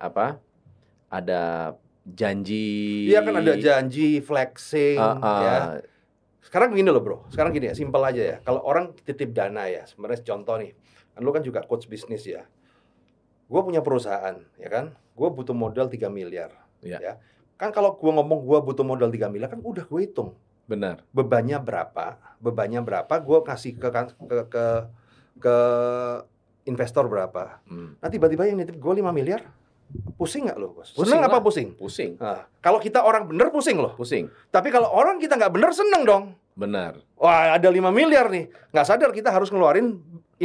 ada janji. Iya kan ada janji, flexing ya. Sekarang begini loh bro, sekarang gini ya, simpel aja ya. Kalau orang titip dana ya, sebenarnya contoh nih, kan lu kan juga coach bisnis ya. Gue punya perusahaan, ya kan, gue butuh modal 3 miliar. Ya. Kan kalau gue ngomong gue butuh modal 3 miliar, kan udah gue hitung. Benar. Bebannya berapa, gue kasih ke investor berapa. Nah tiba-tiba yang nitip gue 5 miliar, pusing nggak lo bos? Seneng apa pusing? Pusing. Nah, kalau kita orang bener pusing loh. Pusing. Tapi kalau orang kita nggak bener seneng dong. Benar. Wah ada 5 miliar nih, nggak sadar kita harus ngeluarin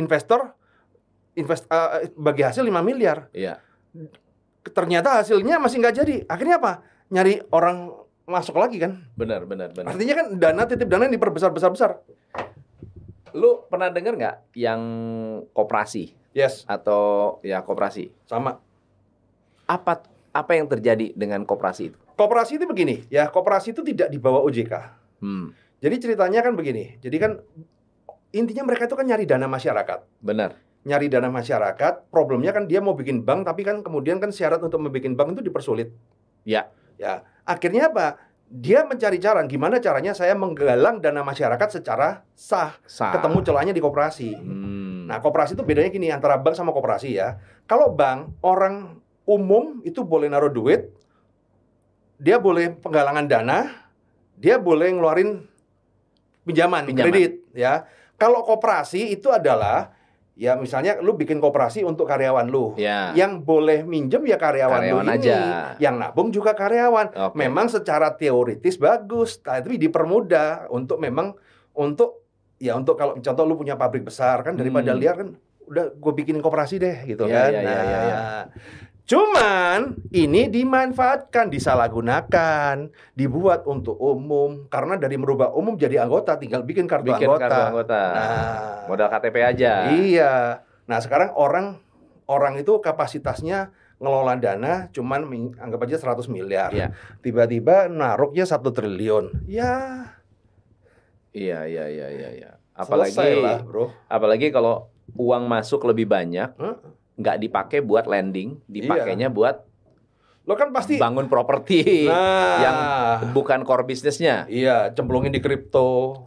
bagi hasil 5 miliar. Iya. Ternyata hasilnya masih nggak jadi. Akhirnya apa? Nyari orang masuk lagi kan? Benar. Artinya kan titip dana yang diperbesar. Lu pernah dengar nggak yang koperasi? Yes. Atau ya koperasi? Sama. Apa yang terjadi dengan koperasi itu? Koperasi itu begini, ya koperasi itu tidak dibawa OJK. Jadi ceritanya kan begini. Jadi kan intinya mereka itu kan nyari dana masyarakat. Benar. Nyari dana masyarakat. Problemnya kan dia mau bikin bank, tapi kan kemudian kan syarat untuk membuat bank itu dipersulit. Ya. Akhirnya apa? Dia mencari cara, gimana caranya saya menggalang dana masyarakat secara sah. Ketemu celahnya di koperasi. Nah, koperasi itu bedanya gini antara bank sama koperasi ya. Kalau bank, orang umum itu boleh naruh duit, dia boleh penggalangan dana, dia boleh ngeluarin pinjaman. Kredit ya. Kalau koperasi itu adalah ya misalnya lu bikin koperasi untuk karyawan lu. Ya. Yang boleh minjem ya karyawan lu ini. Aja. Yang nabung juga karyawan. Okay. Memang secara teoritis bagus, tapi dipermudah untuk memang untuk kalau contoh lu punya pabrik besar kan daripada liar kan udah gue bikinin koperasi deh gitu Iya, kan. iya, iya, iya, iya. Cuman ini dimanfaatkan, disalahgunakan, dibuat untuk umum. Karena dari merubah umum jadi anggota, tinggal bikin kartu anggota. Nah, modal KTP aja. iya. Nah sekarang orang itu kapasitasnya ngelola dana cuman anggap aja 100 miliar. Iya. Tiba-tiba naruhnya 1 triliun. Ya. Iya. Selesai lah, bro. Apalagi kalau uang masuk lebih banyak, nggak dipakai buat lending, dipakainya buat lo kan pasti bangun properti yang bukan core bisnisnya. Iya, cemplungin di kripto.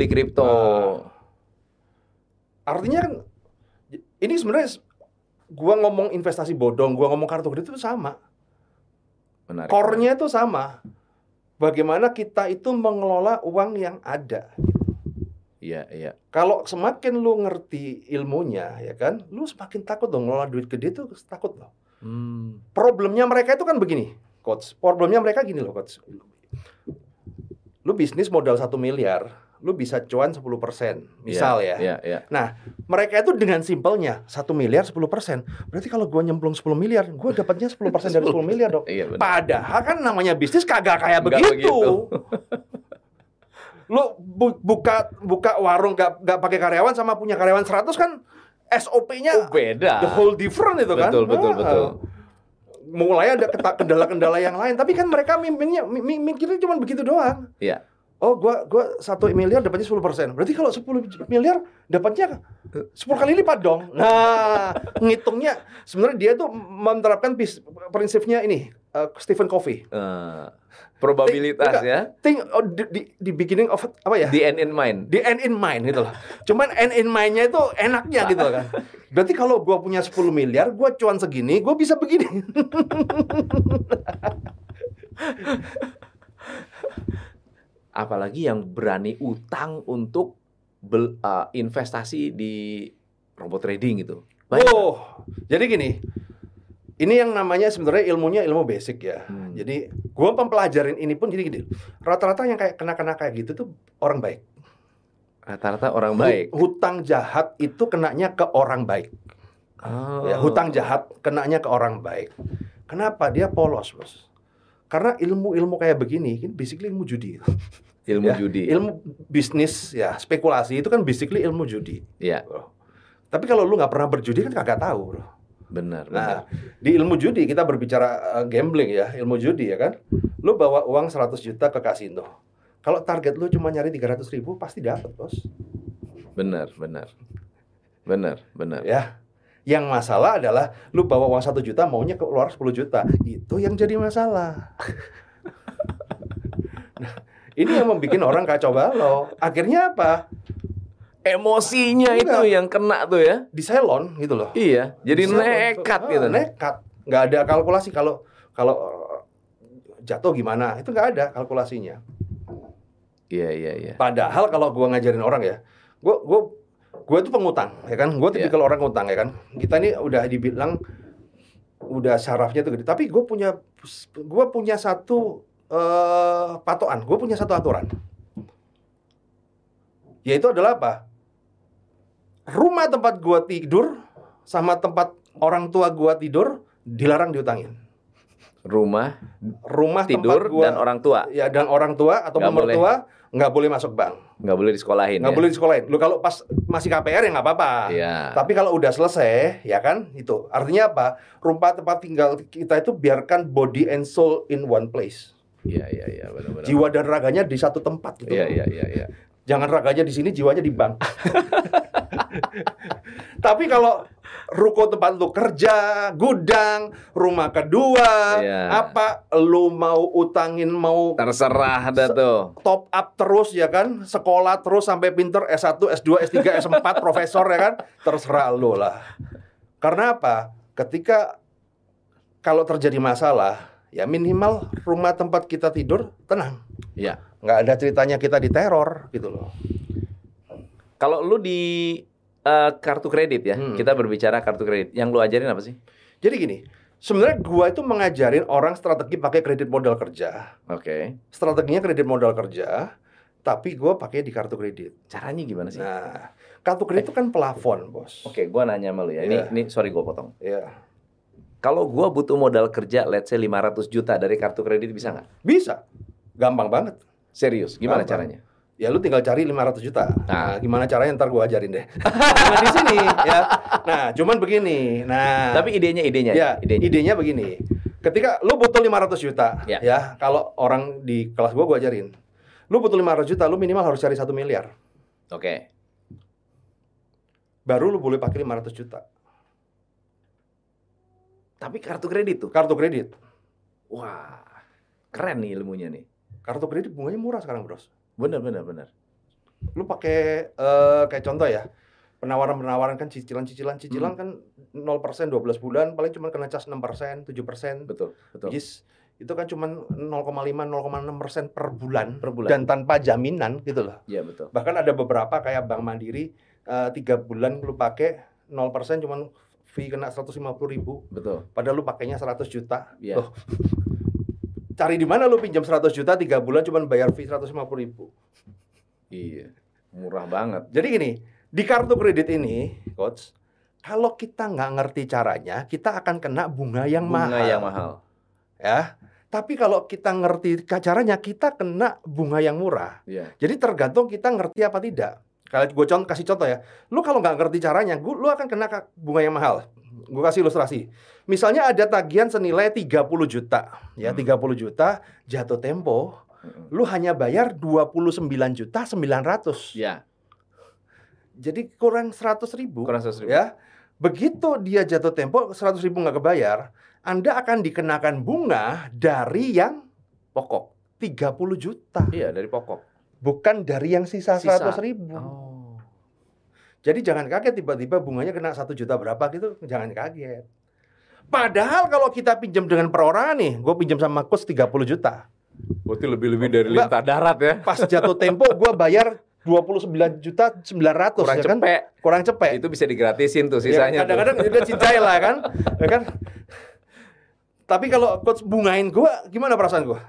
Artinya kan ini sebenarnya gua ngomong investasi bodong, gua ngomong kartu kredit itu sama. Menarik. Core-nya itu sama. Bagaimana kita itu mengelola uang yang ada. Iya. Kalau semakin lu ngerti ilmunya, ya kan, lu semakin takut dong ngelola duit gede tuh, takut loh. Problemnya mereka itu kan begini, coach. Problemnya mereka gini loh, coach. Lu bisnis modal 1 miliar, lu bisa cuan 10%, misal ya. Nah, mereka itu dengan simpelnya 1 miliar 10%. Berarti kalau gua nyemplung 10 miliar, gua dapatnya 10% dari 10 miliar dong. Iya, padahal kan namanya bisnis kagak kayak begitu. Lu buka warung gak pakai karyawan sama punya karyawan 100 kan SOP-nya beda. The whole different itu kan. Betul. Mulai ada kendala-kendala yang lain, tapi kan mereka mikirnya cuma begitu doang. Iya. Oh, gua 1 miliar dapatnya 10%. Berarti kalau 10 miliar dapatnya 10 kali lipat dong. Nah, ngitungnya sebenarnya dia tuh menerapkan prinsipnya ini, Stephen Covey. Probabilitas ya. Think di beginning of apa ya? The end in mind. The end in mind gitu loh. Cuman end in mind-nya itu enaknya gitu kan. Berarti kalau gua punya 10 miliar, gua cuan segini, gua bisa begini. Apalagi yang berani utang untuk investasi di robot trading gitu. Jadi gini. Ini yang namanya sebenarnya ilmunya ilmu basic ya. Jadi gua mempelajarin ini pun jadi gini. Rata-rata yang kayak kena kayak gitu tuh orang baik. Rata-rata orang baik. Hutang jahat itu kenanya ke orang baik. Ya, hutang jahat kenanya ke orang baik. Kenapa? Dia polos, bos. Karena ilmu kayak begini, kan basically ilmu judi. Judi. Ilmu bisnis ya, spekulasi itu kan basically ilmu judi. Iya. Tapi kalau lu nggak pernah berjudi kan kagak tahu, bro. Benar. Di ilmu judi kita berbicara gambling ya, ilmu judi ya kan. Lu bawa uang 100 juta ke kasino. Kalau target lu cuma nyari 300.000 pasti dapat, bos. Benar. Ya. Yang masalah adalah lu bawa uang 1 juta maunya keluar 10 juta. Itu yang jadi masalah. Nah, ini yang membuat orang kacau balau. Akhirnya apa? Emosinya itu yang kena tuh ya. Di salon gitu loh. Iya, jadi nekat gitu. Nekat. Nggak ada kalkulasi kalau jatuh gimana. Itu nggak ada kalkulasinya. Iya. Padahal kalau gua ngajarin orang ya, gua tuh pengutang, ya kan? Gua tipikal orang ngutang, ya kan? Kita ini udah dibilang udah sarafnya tuh gede. Tapi gua punya satu patokan. Gua punya satu aturan. Yaitu adalah apa? Rumah tempat gua tidur sama tempat orang tua gua tidur dilarang diutangin. Rumah tempat tidur gua, dan orang tua. Ya, dan orang tua atau mertua nggak boleh masuk bank. Nggak boleh disekolahin. Nggak boleh disekolahin. Lu kalau pas masih KPR ya nggak apa-apa. Iya. Tapi kalau udah selesai, ya kan, itu artinya apa? Rumah tempat tinggal kita itu biarkan body and soul in one place. Iya, benar-benar. Jiwa dan raganya di satu tempat gitu. Iya. Jangan raganya di sini, jiwanya di bank. Tapi kalau ruko tempat lu kerja, gudang, rumah kedua, apa lu mau utangin, mau terserah dah tuh. Top up terus ya kan, sekolah terus sampai pinter S1, S2, S3, S4, profesor ya kan, terserah lu lah. Karena apa? Ketika kalau terjadi masalah, ya minimal rumah tempat kita tidur tenang. Iya. Nggak ada ceritanya kita diteror gitu loh. Kalau lu di kartu kredit ya, kita berbicara kartu kredit. Yang lu ajarin apa sih? Jadi gini, sebenarnya gua itu mengajarin orang strategi pakai kredit modal kerja. Oke. Strateginya kredit modal kerja, tapi gua pakai di kartu kredit. Caranya gimana sih? Nah, Kartu kredit itu kan plafon, Bos. Oke, gua nanya sama lu ya. Ini sorry gua potong. Iya. Kalau gua butuh modal kerja, let's say 500 juta dari kartu kredit bisa nggak? Bisa. Gampang banget. Serius, gimana Gampang. caranya? Ya lu tinggal cari 500 juta. Nah. Gimana caranya ntar gua ajarin deh. Cuma di sini ya. Nah, cuman begini. Nah. Tapi idenya Ya, idenya begini. Ketika lu butuh 500 juta, ya, kalau orang di kelas gua ajarin. Lu butuh 500 juta, lu minimal harus cari 1 miliar. Oke. Baru lu boleh pakai 500 juta. Tapi kartu kredit tuh. Kartu kredit. Wah. Keren nih ilmunya nih. Kartu kredit bunganya murah sekarang, Bros. Bener. Lu pakai kayak contoh ya. Penawaran kan cicilan kan 0% 12 bulan paling cuma kena cas 6%, 7%. Betul. Itu kan cuma 0,5-0,6% per bulan dan tanpa jaminan gitu loh. Iya, betul. Bahkan ada beberapa kayak Bank Mandiri 3 bulan lu pakai 0% cuma fee kena 150.000. Betul. Padahal lu pakainya 100 juta. Iya. Loh. Cari di mana lu pinjam 100 juta 3 bulan cuma bayar fee 150.000. Iya. Murah banget. Jadi gini, di kartu kredit ini, Coach, kalau kita nggak ngerti caranya, kita akan kena bunga yang mahal. Ya, tapi kalau kita ngerti caranya, kita kena bunga yang murah. Yeah. Jadi tergantung kita ngerti apa tidak. Kalau gue kasih contoh ya, lu kalau nggak ngerti caranya, lu akan kena bunga yang mahal. Gue kasih ilustrasi. Misalnya ada tagihan senilai 30 juta, ya 30 juta jatuh tempo, lu hanya bayar 29.900.000. Ya. Jadi kurang 100.000. Ya. Begitu dia jatuh tempo 100.000 nggak kebayar, Anda akan dikenakan bunga dari yang pokok 30 juta. Iya, dari pokok. Bukan dari yang sisa 100.000. Oh. Jadi jangan kaget tiba-tiba bunganya kena 1 juta berapa gitu, jangan kaget. Padahal kalau kita pinjam dengan perorangan nih, gue pinjam sama Coach 30 juta. Berarti lebih-lebih dari lintah darat ya. Pas jatuh tempo gue bayar 29.900.000 kurang ya kan? Kurang cepet. Itu bisa digratisin tuh sisanya. Ya, kadang-kadang udah cincai lah kan. Ya kan? Tapi kalau Coach bungain gue, gimana perasaan gue?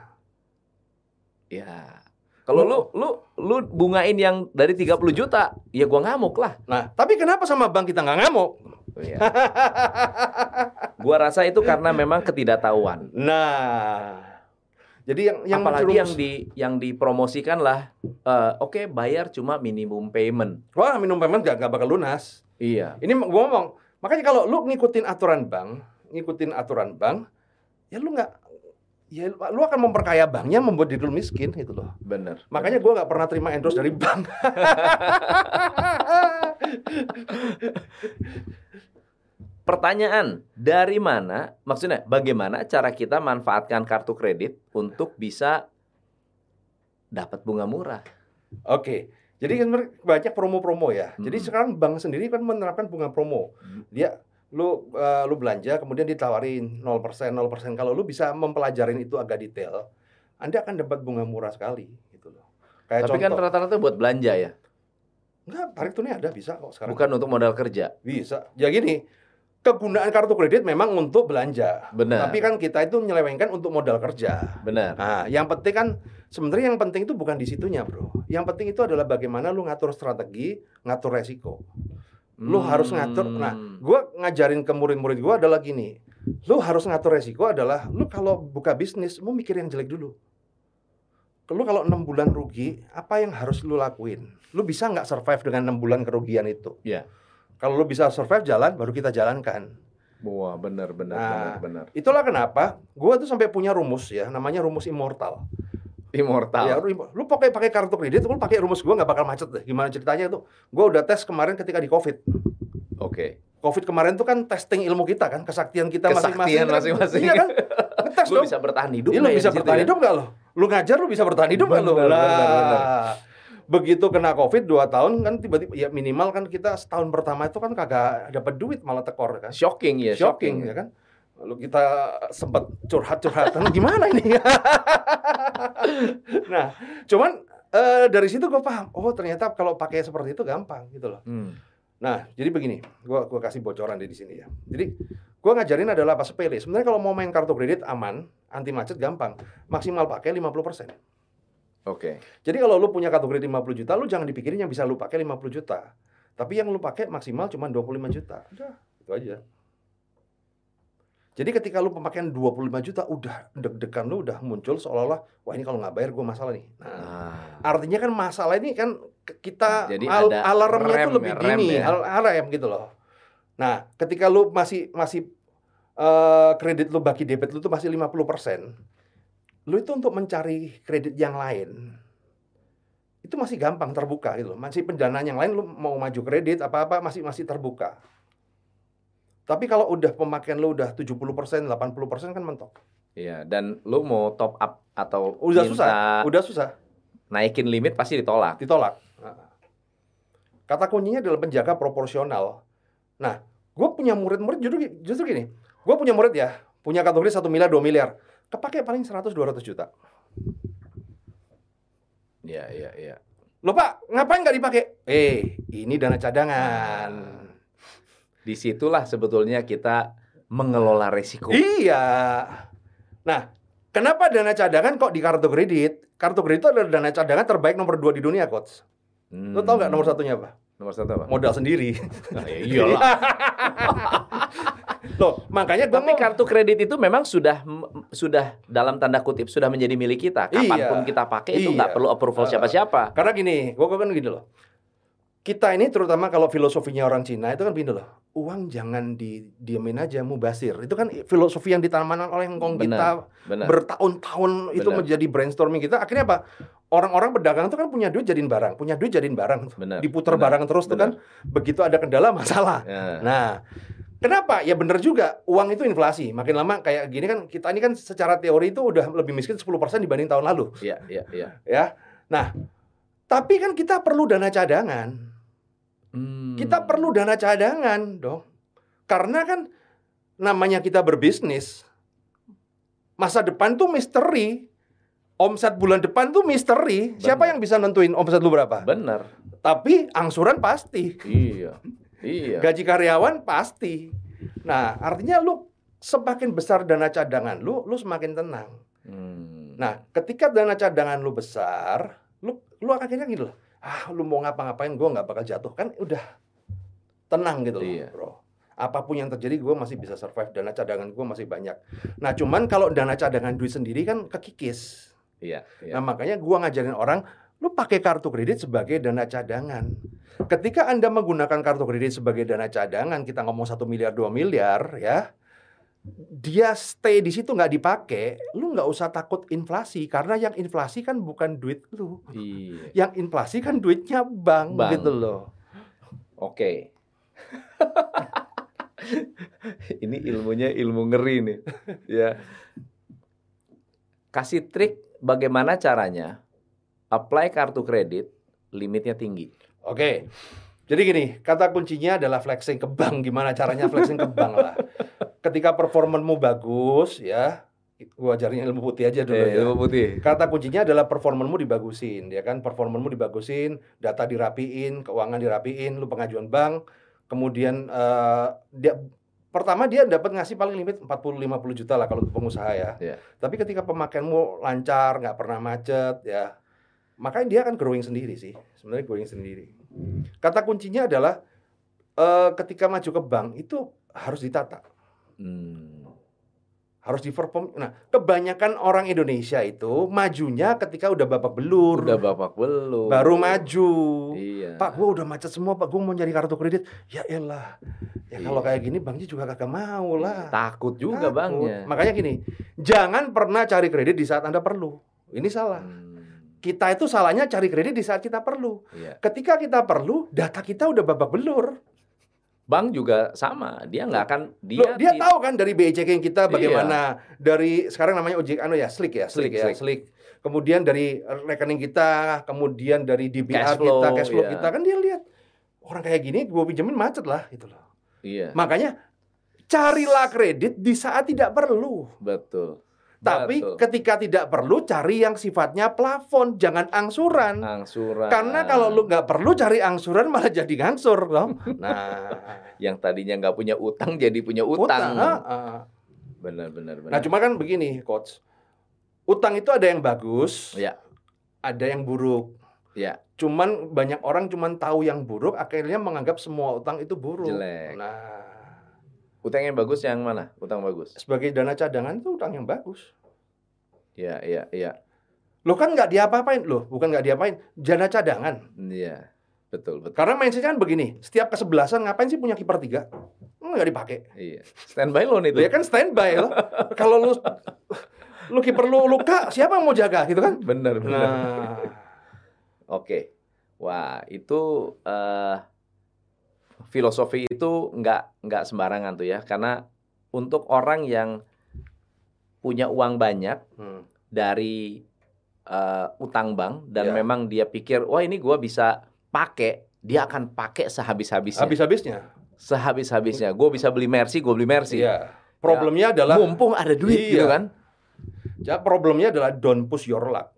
Ya. Kalau lu bungain yang dari 30 juta, ya gua ngamuk lah. Nah, tapi kenapa sama bank kita nggak ngamuk? Oh, iya. Gua rasa itu karena memang ketidaktahuan. Nah. Jadi yang apalagi yang dipromosikan lah, oke, bayar cuma minimum payment. Wah, minimum payment gak bakal lunas. Iya. Ini gua ngomong, makanya kalau lu ngikutin aturan bank, ya lu akan memperkaya banknya, membuat diri lu miskin gitu loh. Bener. Makanya gua nggak pernah terima endorse dari bank. Pertanyaan, dari mana, maksudnya bagaimana cara kita manfaatkan kartu kredit untuk bisa dapat bunga murah? Oke, jadi banyak promo-promo ya. Jadi sekarang bank sendiri kan menerapkan bunga promo. Dia lu belanja kemudian ditawarin 0%. Kalau lu bisa mempelajarin itu agak detail, Anda akan dapat bunga murah sekali gitu loh. Kayak tapi contoh, kan rata-rata buat belanja ya? Enggak, tarik tunai ada bisa kok sekarang. Bukan untuk modal kerja? Bisa. Ya gini, kegunaan kartu kredit memang untuk belanja. Benar. Tapi kan kita itu nyelewengkan untuk modal kerja. Benar. Nah, yang penting kan sebenarnya yang penting itu bukan di situnya, Bro. Yang penting itu adalah bagaimana lu ngatur strategi, ngatur resiko. Lu harus ngatur. Nah, gua ngajarin ke murid-murid gua adalah gini. Lu harus ngatur resiko adalah lu kalau buka bisnis, lu mikir yang jelek dulu. Lu kalau 6 bulan rugi, apa yang harus lu lakuin? Lu bisa nggak survive dengan 6 bulan kerugian itu? Iya. Kalau lu bisa survive jalan, baru kita jalankan. Wah, benar. Benar. Itulah kenapa gue tuh sampai punya rumus ya, namanya rumus immortal. Immortal. Ya, lu pakai kartu kredit, lu pakai rumus gue nggak bakal macet deh. Gimana ceritanya tuh? Gue udah tes kemarin ketika di COVID. Oke. COVID kemarin tuh kan testing ilmu kita kan, kesaktian kita masing-masing. Iya kan? Ngetes dong. Lu bisa bertahan hidup. Lu bisa bertahan hidup nggak lo? Lu ngajar lu bisa bertahan hidup nggak lo? Benar. Begitu kena COVID 2 tahun kan tiba-tiba ya minimal kan kita setahun pertama itu kan kagak dapat duit malah tekor kan. Shocking ya kan. Lalu kita sempat curhat-curhatan gimana ini. Nah, cuman dari situ gue paham, oh ternyata kalau pakai seperti itu gampang gitu loh. Nah, jadi begini, gua kasih bocoran di sini ya. Jadi gua ngajarin adalah apa sepele. Sebenarnya kalau mau main kartu kredit aman, anti macet gampang. Maksimal pakai 50%. Oke. Jadi kalau lu punya kartu kredit 50 juta, lu jangan dipikirin yang bisa lu pakai 50 juta. Tapi yang lu pakai maksimal cuma 25 juta. Udah, itu aja. Jadi ketika lu pemakaian 25 juta, udah deg-degan lu udah muncul seolah-olah, wah ini kalau nggak bayar gue masalah nih. Nah, artinya kan masalah ini kan kita alarmnya itu lebih dini, alarm gitu loh. Nah, ketika lu masih kredit lu bagi debit lu tuh masih 50%, lu itu untuk mencari kredit yang lain itu masih gampang terbuka gitu loh. Masih pendanaan yang lain lu mau maju kredit apa-apa masih terbuka. Tapi kalau udah pemakaian lu udah 70%, 80% kan mentok. Iya, dan lu mau top up atau udah susah. Naikin limit pasti ditolak. Kata kuncinya adalah penjaga proporsional. Nah, gue punya murid-murid justru gini. Gue punya murid ya, punya kategori 1 miliar, 2 miliar. Kepake paling 100-200 juta. Iya. Loh Pak, ngapain nggak dipakai? Ini dana cadangan. Disitulah sebetulnya kita mengelola resiko. Iya. Nah, kenapa dana cadangan kok di kartu kredit? Kartu kredit itu adalah dana cadangan terbaik nomor 2 di dunia, Coach. Lo tau nggak nomor satunya apa? Nomor satu apa? Modal sendiri. Nah, ya iyalah. Loh, makanya tapi kartu kredit itu memang sudah dalam tanda kutip sudah menjadi milik kita. Kapanpun kita pakai itu nggak perlu approval siapa-siapa. Karena gini, gue kan gini loh. Kita ini terutama kalau filosofinya orang Cina itu kan gini loh. Uang jangan didiemin aja, mubazir. Itu kan filosofi yang ditanamkan oleh Hongkong kita bertahun-tahun itu menjadi brainstorming kita. Akhirnya apa? Orang-orang pedagang itu kan punya duit jadiin barang. Diputar barang terus tuh kan. Begitu ada kendala masalah. Nah, kenapa? Ya benar juga, uang itu inflasi. Makin lama kayak gini kan, kita ini kan secara teori itu udah lebih miskin 10% dibanding tahun lalu. Iya. Ya. Nah, tapi kan kita perlu dana cadangan. Kita perlu dana cadangan dong. Karena kan namanya kita berbisnis, masa depan tuh misteri. Omset bulan depan tuh misteri. Bener. Siapa yang bisa nentuin omset lu berapa? Bener. Tapi angsuran pasti. Iya. Gaji karyawan pasti. Nah, artinya lu semakin besar dana cadangan lu semakin tenang. Nah, ketika dana cadangan lu besar, lu akhirnya gitu loh. Lu mau ngapa-ngapain gue nggak bakal jatuh, kan udah tenang gitu loh, bro. Apapun yang terjadi gue masih bisa survive, dana cadangan gue masih banyak. Nah, cuman kalau dana cadangan duit sendiri kan kekikis. Iya. Nah, makanya gue ngajarin orang, lu pakai kartu kredit sebagai dana cadangan. Ketika Anda menggunakan kartu kredit sebagai dana cadangan, kita ngomong 1 miliar, 2 miliar ya, dia stay di situ nggak dipakai, lu nggak usah takut inflasi, karena yang inflasi kan bukan duit lu. Yang inflasi kan duitnya bank. Gitu loh. Oke. Ini ilmunya ilmu ngeri nih. Ya. Kasih trik bagaimana caranya apply kartu kredit limitnya tinggi. Oke. Jadi gini, kata kuncinya adalah flexing ke bank. Gimana caranya flexing ke bank lah. Ketika performanmu bagus ya, gua ajarin ilmu putih aja dulu ya. Ilmu putih. Kata kuncinya adalah performanmu dibagusin, ya kan? Performanmu dibagusin, data dirapiin, keuangan dirapiin, lu pengajuan bank, kemudian pertama dia dapat ngasih paling limit 40-50 juta lah kalau untuk pengusaha ya. Tapi ketika pemakaianmu lancar, nggak pernah macet ya, makanya dia akan growing sendiri sih. Sebenarnya growing sendiri. Kata kuncinya adalah ketika maju ke bank itu harus ditata. Harus di-perform. Nah, kebanyakan orang Indonesia itu majunya ketika udah babak belur. Baru maju. Iya. Pak, gua udah macet semua, Pak. Gua mau nyari kartu kredit. Ya elah. Ya kalau kayak gini banknya juga kagak mau lah. Takut juga banknya. Makanya gini, jangan pernah cari kredit di saat Anda perlu. Ini salah. Kita itu salahnya cari kredit di saat kita perlu. Ketika kita perlu, data kita udah babak belur. Bank juga sama, dia nggak akan dia tahu kan dari BI checking kita bagaimana, dari sekarang namanya ojek Slick. Kemudian dari rekening kita, kemudian dari DBR kita, cash flow kita, kan dia lihat orang kayak gini gue pinjemin macet lah itu loh. Makanya carilah kredit di saat tidak perlu. Betul. Tapi ketika tidak perlu, cari yang sifatnya plafon, jangan angsuran. Karena kalau lu nggak perlu cari angsuran malah jadi ngangsur loh. Nah, yang tadinya nggak punya utang jadi punya utang. Benar. Nah, cuma kan begini, Coach. Utang itu ada yang bagus, ada yang buruk. Cuman banyak orang cuman tahu yang buruk, akhirnya menganggap semua utang itu buruk. Jelek. Nah, utang yang bagus yang mana? Utang bagus. Sebagai dana cadangan itu utang yang bagus. Iya. Lo kan nggak diapa-apain loh, bukan nggak diapain, dana cadangan. Iya, betul. Karena mindsetnya kan begini, setiap kesebelasan ngapain sih punya kiper 3? Nggak dipakai. Iya. Standby loan itu. Ya kan standby loh. Kalau lu kiper lu luka, siapa yang mau jaga gitu kan? Bener. Nah, Oke. Wah, itu filosofi itu nggak sembarangan tuh ya, karena untuk orang yang punya uang banyak dari utang bank dan memang dia pikir, wah ini gua bisa pakai, dia akan pakai sehabis-habisnya. Gue bisa beli Mercy, gue beli Mercy. Iya. Problemnya adalah mumpung ada duit gitu kan. Ya, problemnya adalah don't push your luck.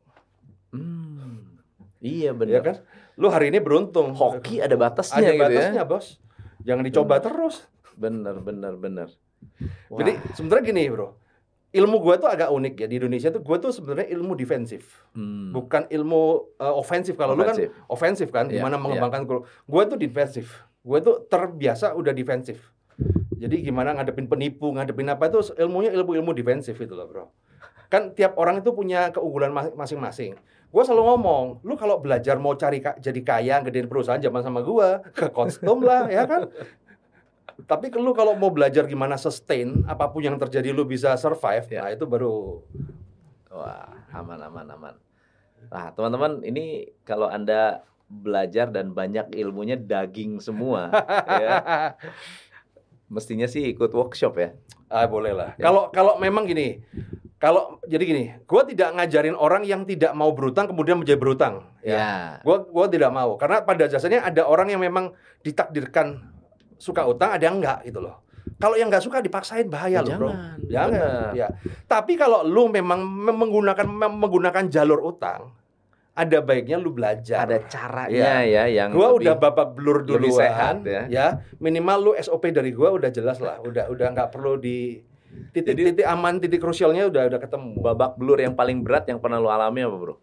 Iya benar. Ya kan? Lu hari ini beruntung. Hoki ada batasnya gitu ya. Bos. Jangan dicoba terus. Bener. Wah. Jadi sebenarnya gini, Bro. Ilmu gue tuh agak unik ya. Di Indonesia tuh gue tuh sebenarnya ilmu defensif. Bukan ilmu ofensif. Kalau lu kan ofensif kan, gimana mengembangkan gue tuh defensif. Gue tuh terbiasa udah defensif. Jadi gimana ngadepin penipu, ngadepin apa itu ilmunya ilmu defensif itu loh, Bro. Kan tiap orang itu punya keunggulan masing-masing. Gue selalu ngomong, lu kalau belajar mau jadi kaya, gedein perusahaan zaman sama gue, ke kostum lah, ya kan? Tapi lu kalau mau belajar gimana sustain, apapun yang terjadi lu bisa survive, nah itu baru. Wah, aman. Nah, teman-teman, ini kalau Anda belajar dan banyak ilmunya daging semua, ya. Mestinya sih ikut workshop ya. Boleh lah. Kalau memang gini. Jadi gini, gue tidak ngajarin orang yang tidak mau berutang kemudian menjadi berutang. Ya. Gue tidak mau, karena pada dasarnya ada orang yang memang ditakdirkan suka utang, ada yang enggak gitu loh. Kalau yang nggak suka dipaksain bahaya loh, Bro. Jangan. Ya. Tapi kalau lu memang menggunakan jalur utang, ada baiknya lu belajar. Ada caranya ya yang gua udah babak belur duluan, sehat, ya. Minimal lu SOP dari gua udah jelas lah, udah nggak perlu di titik aman, titik krusialnya udah ketemu. Babak belur yang paling berat yang pernah lu alami apa, Bro?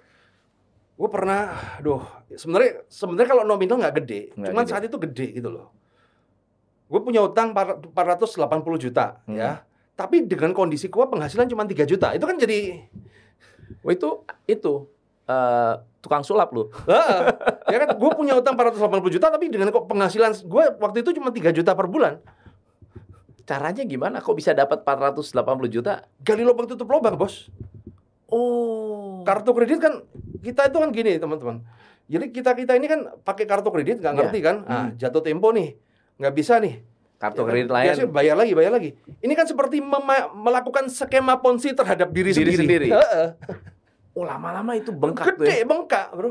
Gue pernah, sebenarnya kalau nominal nggak gede, cuman saat itu gede gitu loh. Gue punya utang 480 juta, ya. Tapi dengan kondisi gue penghasilan cuma 3 juta, itu kan jadi, itu tukang sulap lu. Ya kan, gue punya utang 480 juta, tapi dengan penghasilan gue waktu itu cuma 3 juta per bulan. Caranya gimana? Kok bisa dapat 480 juta? Gali lubang tutup lubang, Bos. Kartu kredit kan, kita itu kan gini, teman-teman. Jadi kita ini kan pakai kartu kredit, nggak ngerti kan? Jatuh tempo nih, nggak bisa nih. Kartu kredit lain. Biasanya bayar lagi. Ini kan seperti melakukan skema ponzi terhadap diri sendiri. Lama-lama itu bengkak tuh ya? Gede, bengkak, Bro.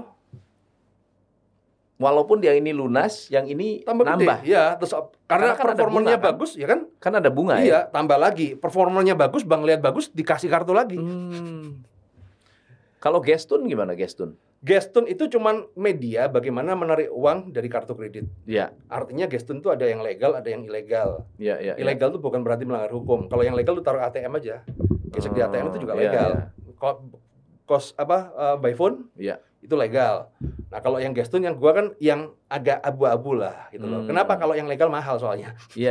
Walaupun yang ini lunas, yang ini nambah. Iya, terus karena performanya bagus, ya kan? Kan ada bunga ya? Iya, tambah lagi. Performanya bagus, bank lihat bagus, dikasih kartu lagi. Kalau Gestun gimana, Gestun? Gestun itu cuman media bagaimana menarik uang dari kartu kredit. Iya. Artinya Gestun itu ada yang legal, ada yang ilegal. Iya. Ilegal itu bukan berarti melanggar hukum. Kalau yang legal lu taruh ATM aja. Gesek di ATM itu juga legal. By phone? Iya. Itu legal. Nah, kalau yang Gestun yang gua kan yang agak abu-abu lah gitu loh. Kenapa? Kalau yang legal mahal soalnya. Iya.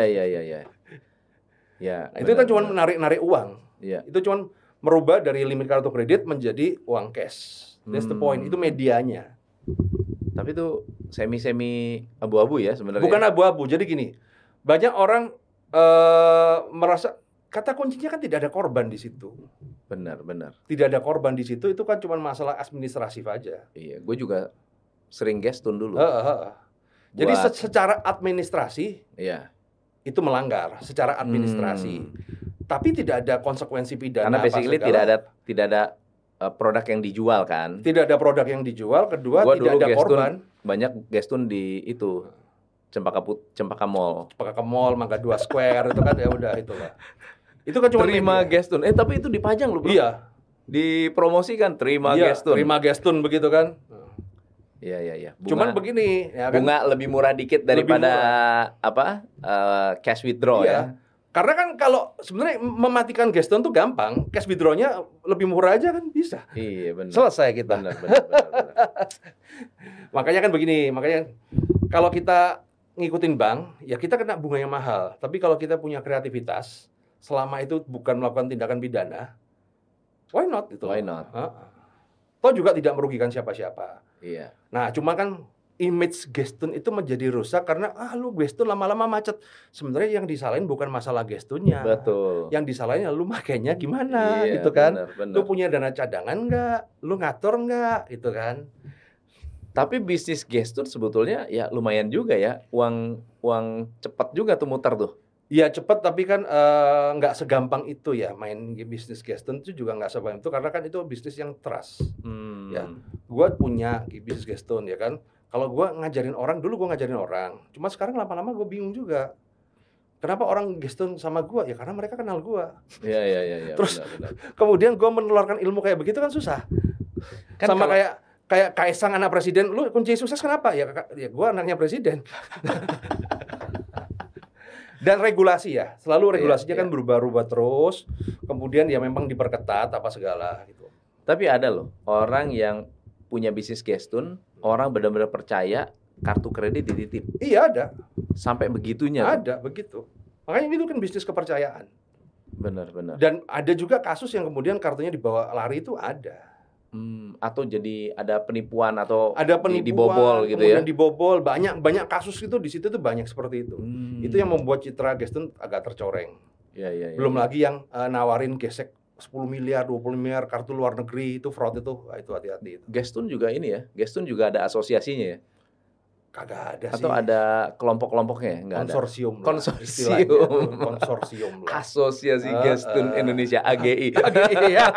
Nah, itu kan cuma menarik uang. Iya. Itu cuma merubah dari limit kartu kredit menjadi uang cash. That's the point. Itu medianya. Tapi itu semi abu-abu ya sebenarnya. Bukan abu-abu. Jadi gini, banyak orang merasa kata kuncinya kan tidak ada korban di situ. Benar. Tidak ada korban di situ, itu kan cuma masalah administratif aja. Iya, gue juga sering Gestun dulu. Jadi secara administrasi, itu melanggar secara administrasi. Tapi tidak ada konsekuensi pidana. Karena basically tidak ada produk yang dijual kan. Tidak ada produk yang dijual. Kedua, tidak ada korban. Banyak Gestun di itu Cempaka Mall. Cempaka Mall, Mangga 2 Square itu kan ya udah itulah. Itu kan cuma terima Gestun. Tapi itu dipajang loh, Bro. Iya. Dipromosikan terima Gestun. Terima Gestun begitu kan. Iya. Cuman begini, ya kan? Bunga lebih murah dikit daripada cash withdraw ya. Karena kan kalau sebenarnya mematikan Gaston tuh gampang, cash withdraw-nya lebih murah aja kan bisa. Iya benar. Selesai kita. Benar. Makanya kan begini, makanya kalau kita ngikutin bank, ya kita kena bunga yang mahal. Tapi kalau kita punya kreativitas, selama itu bukan melakukan tindakan pidana, why not itu? Why not? Toh juga tidak merugikan siapa-siapa. Iya. Nah, cuma kan image Gaston itu menjadi rusak karena lu Gaston lama-lama macet. Sebenarnya yang disalahin bukan masalah Gastonnya. Betul. Yang disalahin lu makainya gimana gitu kan. Benar. Lu punya dana cadangan nggak? Lu ngatur nggak? Gitu kan. Tapi bisnis Gaston sebetulnya ya lumayan juga ya. Uang cepat juga tuh muter tuh. Iya cepat tapi kan nggak segampang itu ya main bisnis Gaston itu juga nggak segampang itu karena kan itu bisnis yang trust. Ya, gue punya bisnis Gaston ya kan. Kalau gue ngajarin orang, dulu gue ngajarin orang. Cuma sekarang lama-lama gue bingung juga. Kenapa orang Gaston sama gue? Ya karena mereka kenal gue. Iya. Terus benar. kemudian gue menularkan ilmu kayak begitu kan susah. Kan sama kayak Kaisang anak presiden, lu kunci sukses kenapa? Ya gue anaknya presiden. Dan regulasi ya, selalu regulasinya kan berubah-ubah terus. Kemudian ya memang diperketat apa segala gitu. Tapi ada loh orang yang punya bisnis Gaston, orang benar-benar percaya kartu kredit dititip. Iya ada. Sampai begitunya. Ada begitu. Makanya itu kan bisnis kepercayaan. Benar. Dan ada juga kasus yang kemudian kartunya dibawa lari itu ada. Atau jadi ada penipuan atau ada penipuan, dibobol gitu ya. Kemudian dibobol, banyak kasus itu di situ tuh banyak seperti itu. Itu yang membuat citra Gaston agak tercoreng. Iya. Belum lagi yang nawarin gesek 10 miliar, 20 miliar kartu luar negeri itu fraud itu hati-hati itu. Gaston juga ini ya. Gaston juga ada asosiasinya ya. Kagak ada atau sih. ada kelompok-kelompoknya? Nggak konsorsium ada. Konsorsium lah. Asosiasi Gaston Indonesia AGI. AGI ya.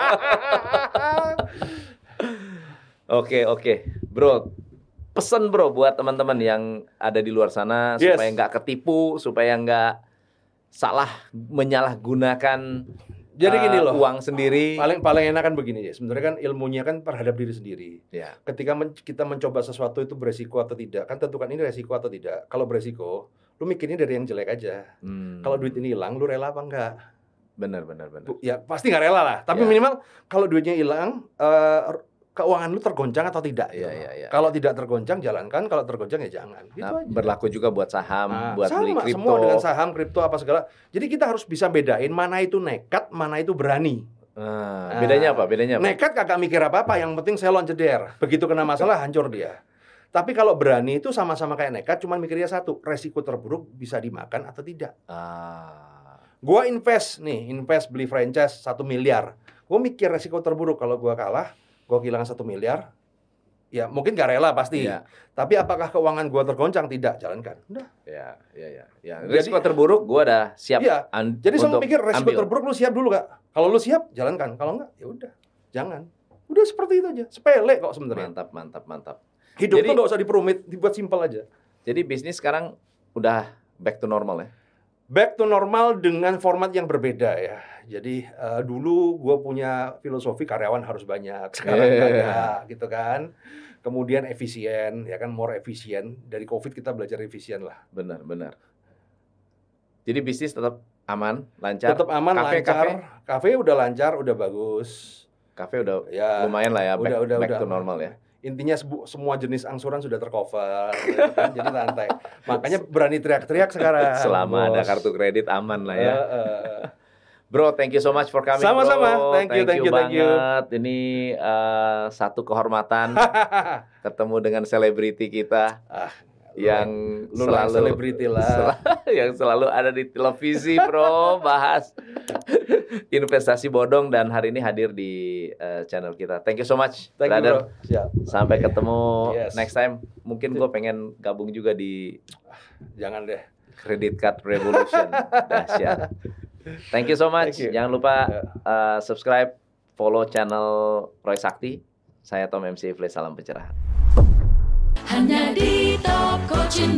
Oke. Bro, pesan bro buat teman-teman yang ada di luar sana supaya nggak ketipu, supaya nggak salah menyalahgunakan jadi gini loh, uang sendiri. Paling enak kan begini ya. Sebenarnya kan ilmunya kan terhadap diri sendiri. Ya. Ketika kita mencoba sesuatu itu beresiko atau tidak, kan tentukan ini resiko atau tidak. Kalau beresiko, lu mikirnya dari yang jelek aja. Kalau duit ini hilang, lu rela apa enggak? Benar. Ya pasti nggak rela lah. Tapi minimal kalau duitnya hilang, keuangan lu tergoncang atau tidak? Iya. Kalau tidak tergoncang, jalankan. Kalau tergoncang ya jangan. Gitu aja. Berlaku juga buat saham, buat beli kripto. Semua dengan saham, kripto apa segala. Jadi kita harus bisa bedain mana itu nekat, mana itu berani. Bedanya apa? Nekat kagak mikir apa-apa, yang penting selon jeder. Begitu kena masalah hancur dia. Tapi kalau berani itu sama-sama kayak nekat, cuman mikirnya satu, resiko terburuk bisa dimakan atau tidak. Gua invest beli franchise 1 miliar. Gua mikir resiko terburuk kalau gua kalah, gua kehilangan 1 miliar. Ya mungkin gak rela pasti. Ya. Tapi apakah keuangan gua tergoncang? Tidak, jalankan. Udah. Ya. Resiko terburuk gua udah siap. Iya. Jadi saya mikir resiko terburuk lu siap dulu gak? Kalau lu siap, jalankan. Kalau enggak, ya udah. Jangan. Udah seperti itu aja. Sepele kok sebenarnya. Mantap. Hidup tuh gak usah diperumit, dibuat simpel aja. Jadi bisnis sekarang udah back to normal ya? Back to normal dengan format yang berbeda ya. Jadi dulu gue punya filosofi karyawan harus banyak, sekarang enggak gitu kan. Kemudian efisien, ya kan, more efisien. Dari COVID kita belajar efisien lah. Benar. Jadi bisnis tetap aman, lancar. Tetap aman, lancar. Kafe udah lancar, udah bagus. Kafe udah lumayan lah ya, back to normal ya. Intinya semua jenis angsuran sudah tercover, gitu kan? Jadi santai. Makanya berani teriak-teriak sekarang. Selama ada kartu kredit aman lah ya. Bro, thank you so much for coming. Sama-sama. Thank you banget. Ini satu kehormatan ketemu dengan selebriti kita. Yang selalu selebriti lah. Yang selalu ada di televisi, bro, bahas investasi bodong, dan hari ini hadir di channel kita. Thank you so much, brother. Bro. Siap. Sampai ketemu next time. Mungkin gue pengen gabung juga di jangan deh. Credit Card Revolution. Dahsyat. Thank you so much. Jangan lupa subscribe, follow channel Roy Sakti. Saya Tom MC Ifle, salam pencerahan. Hanya di Top Coaching.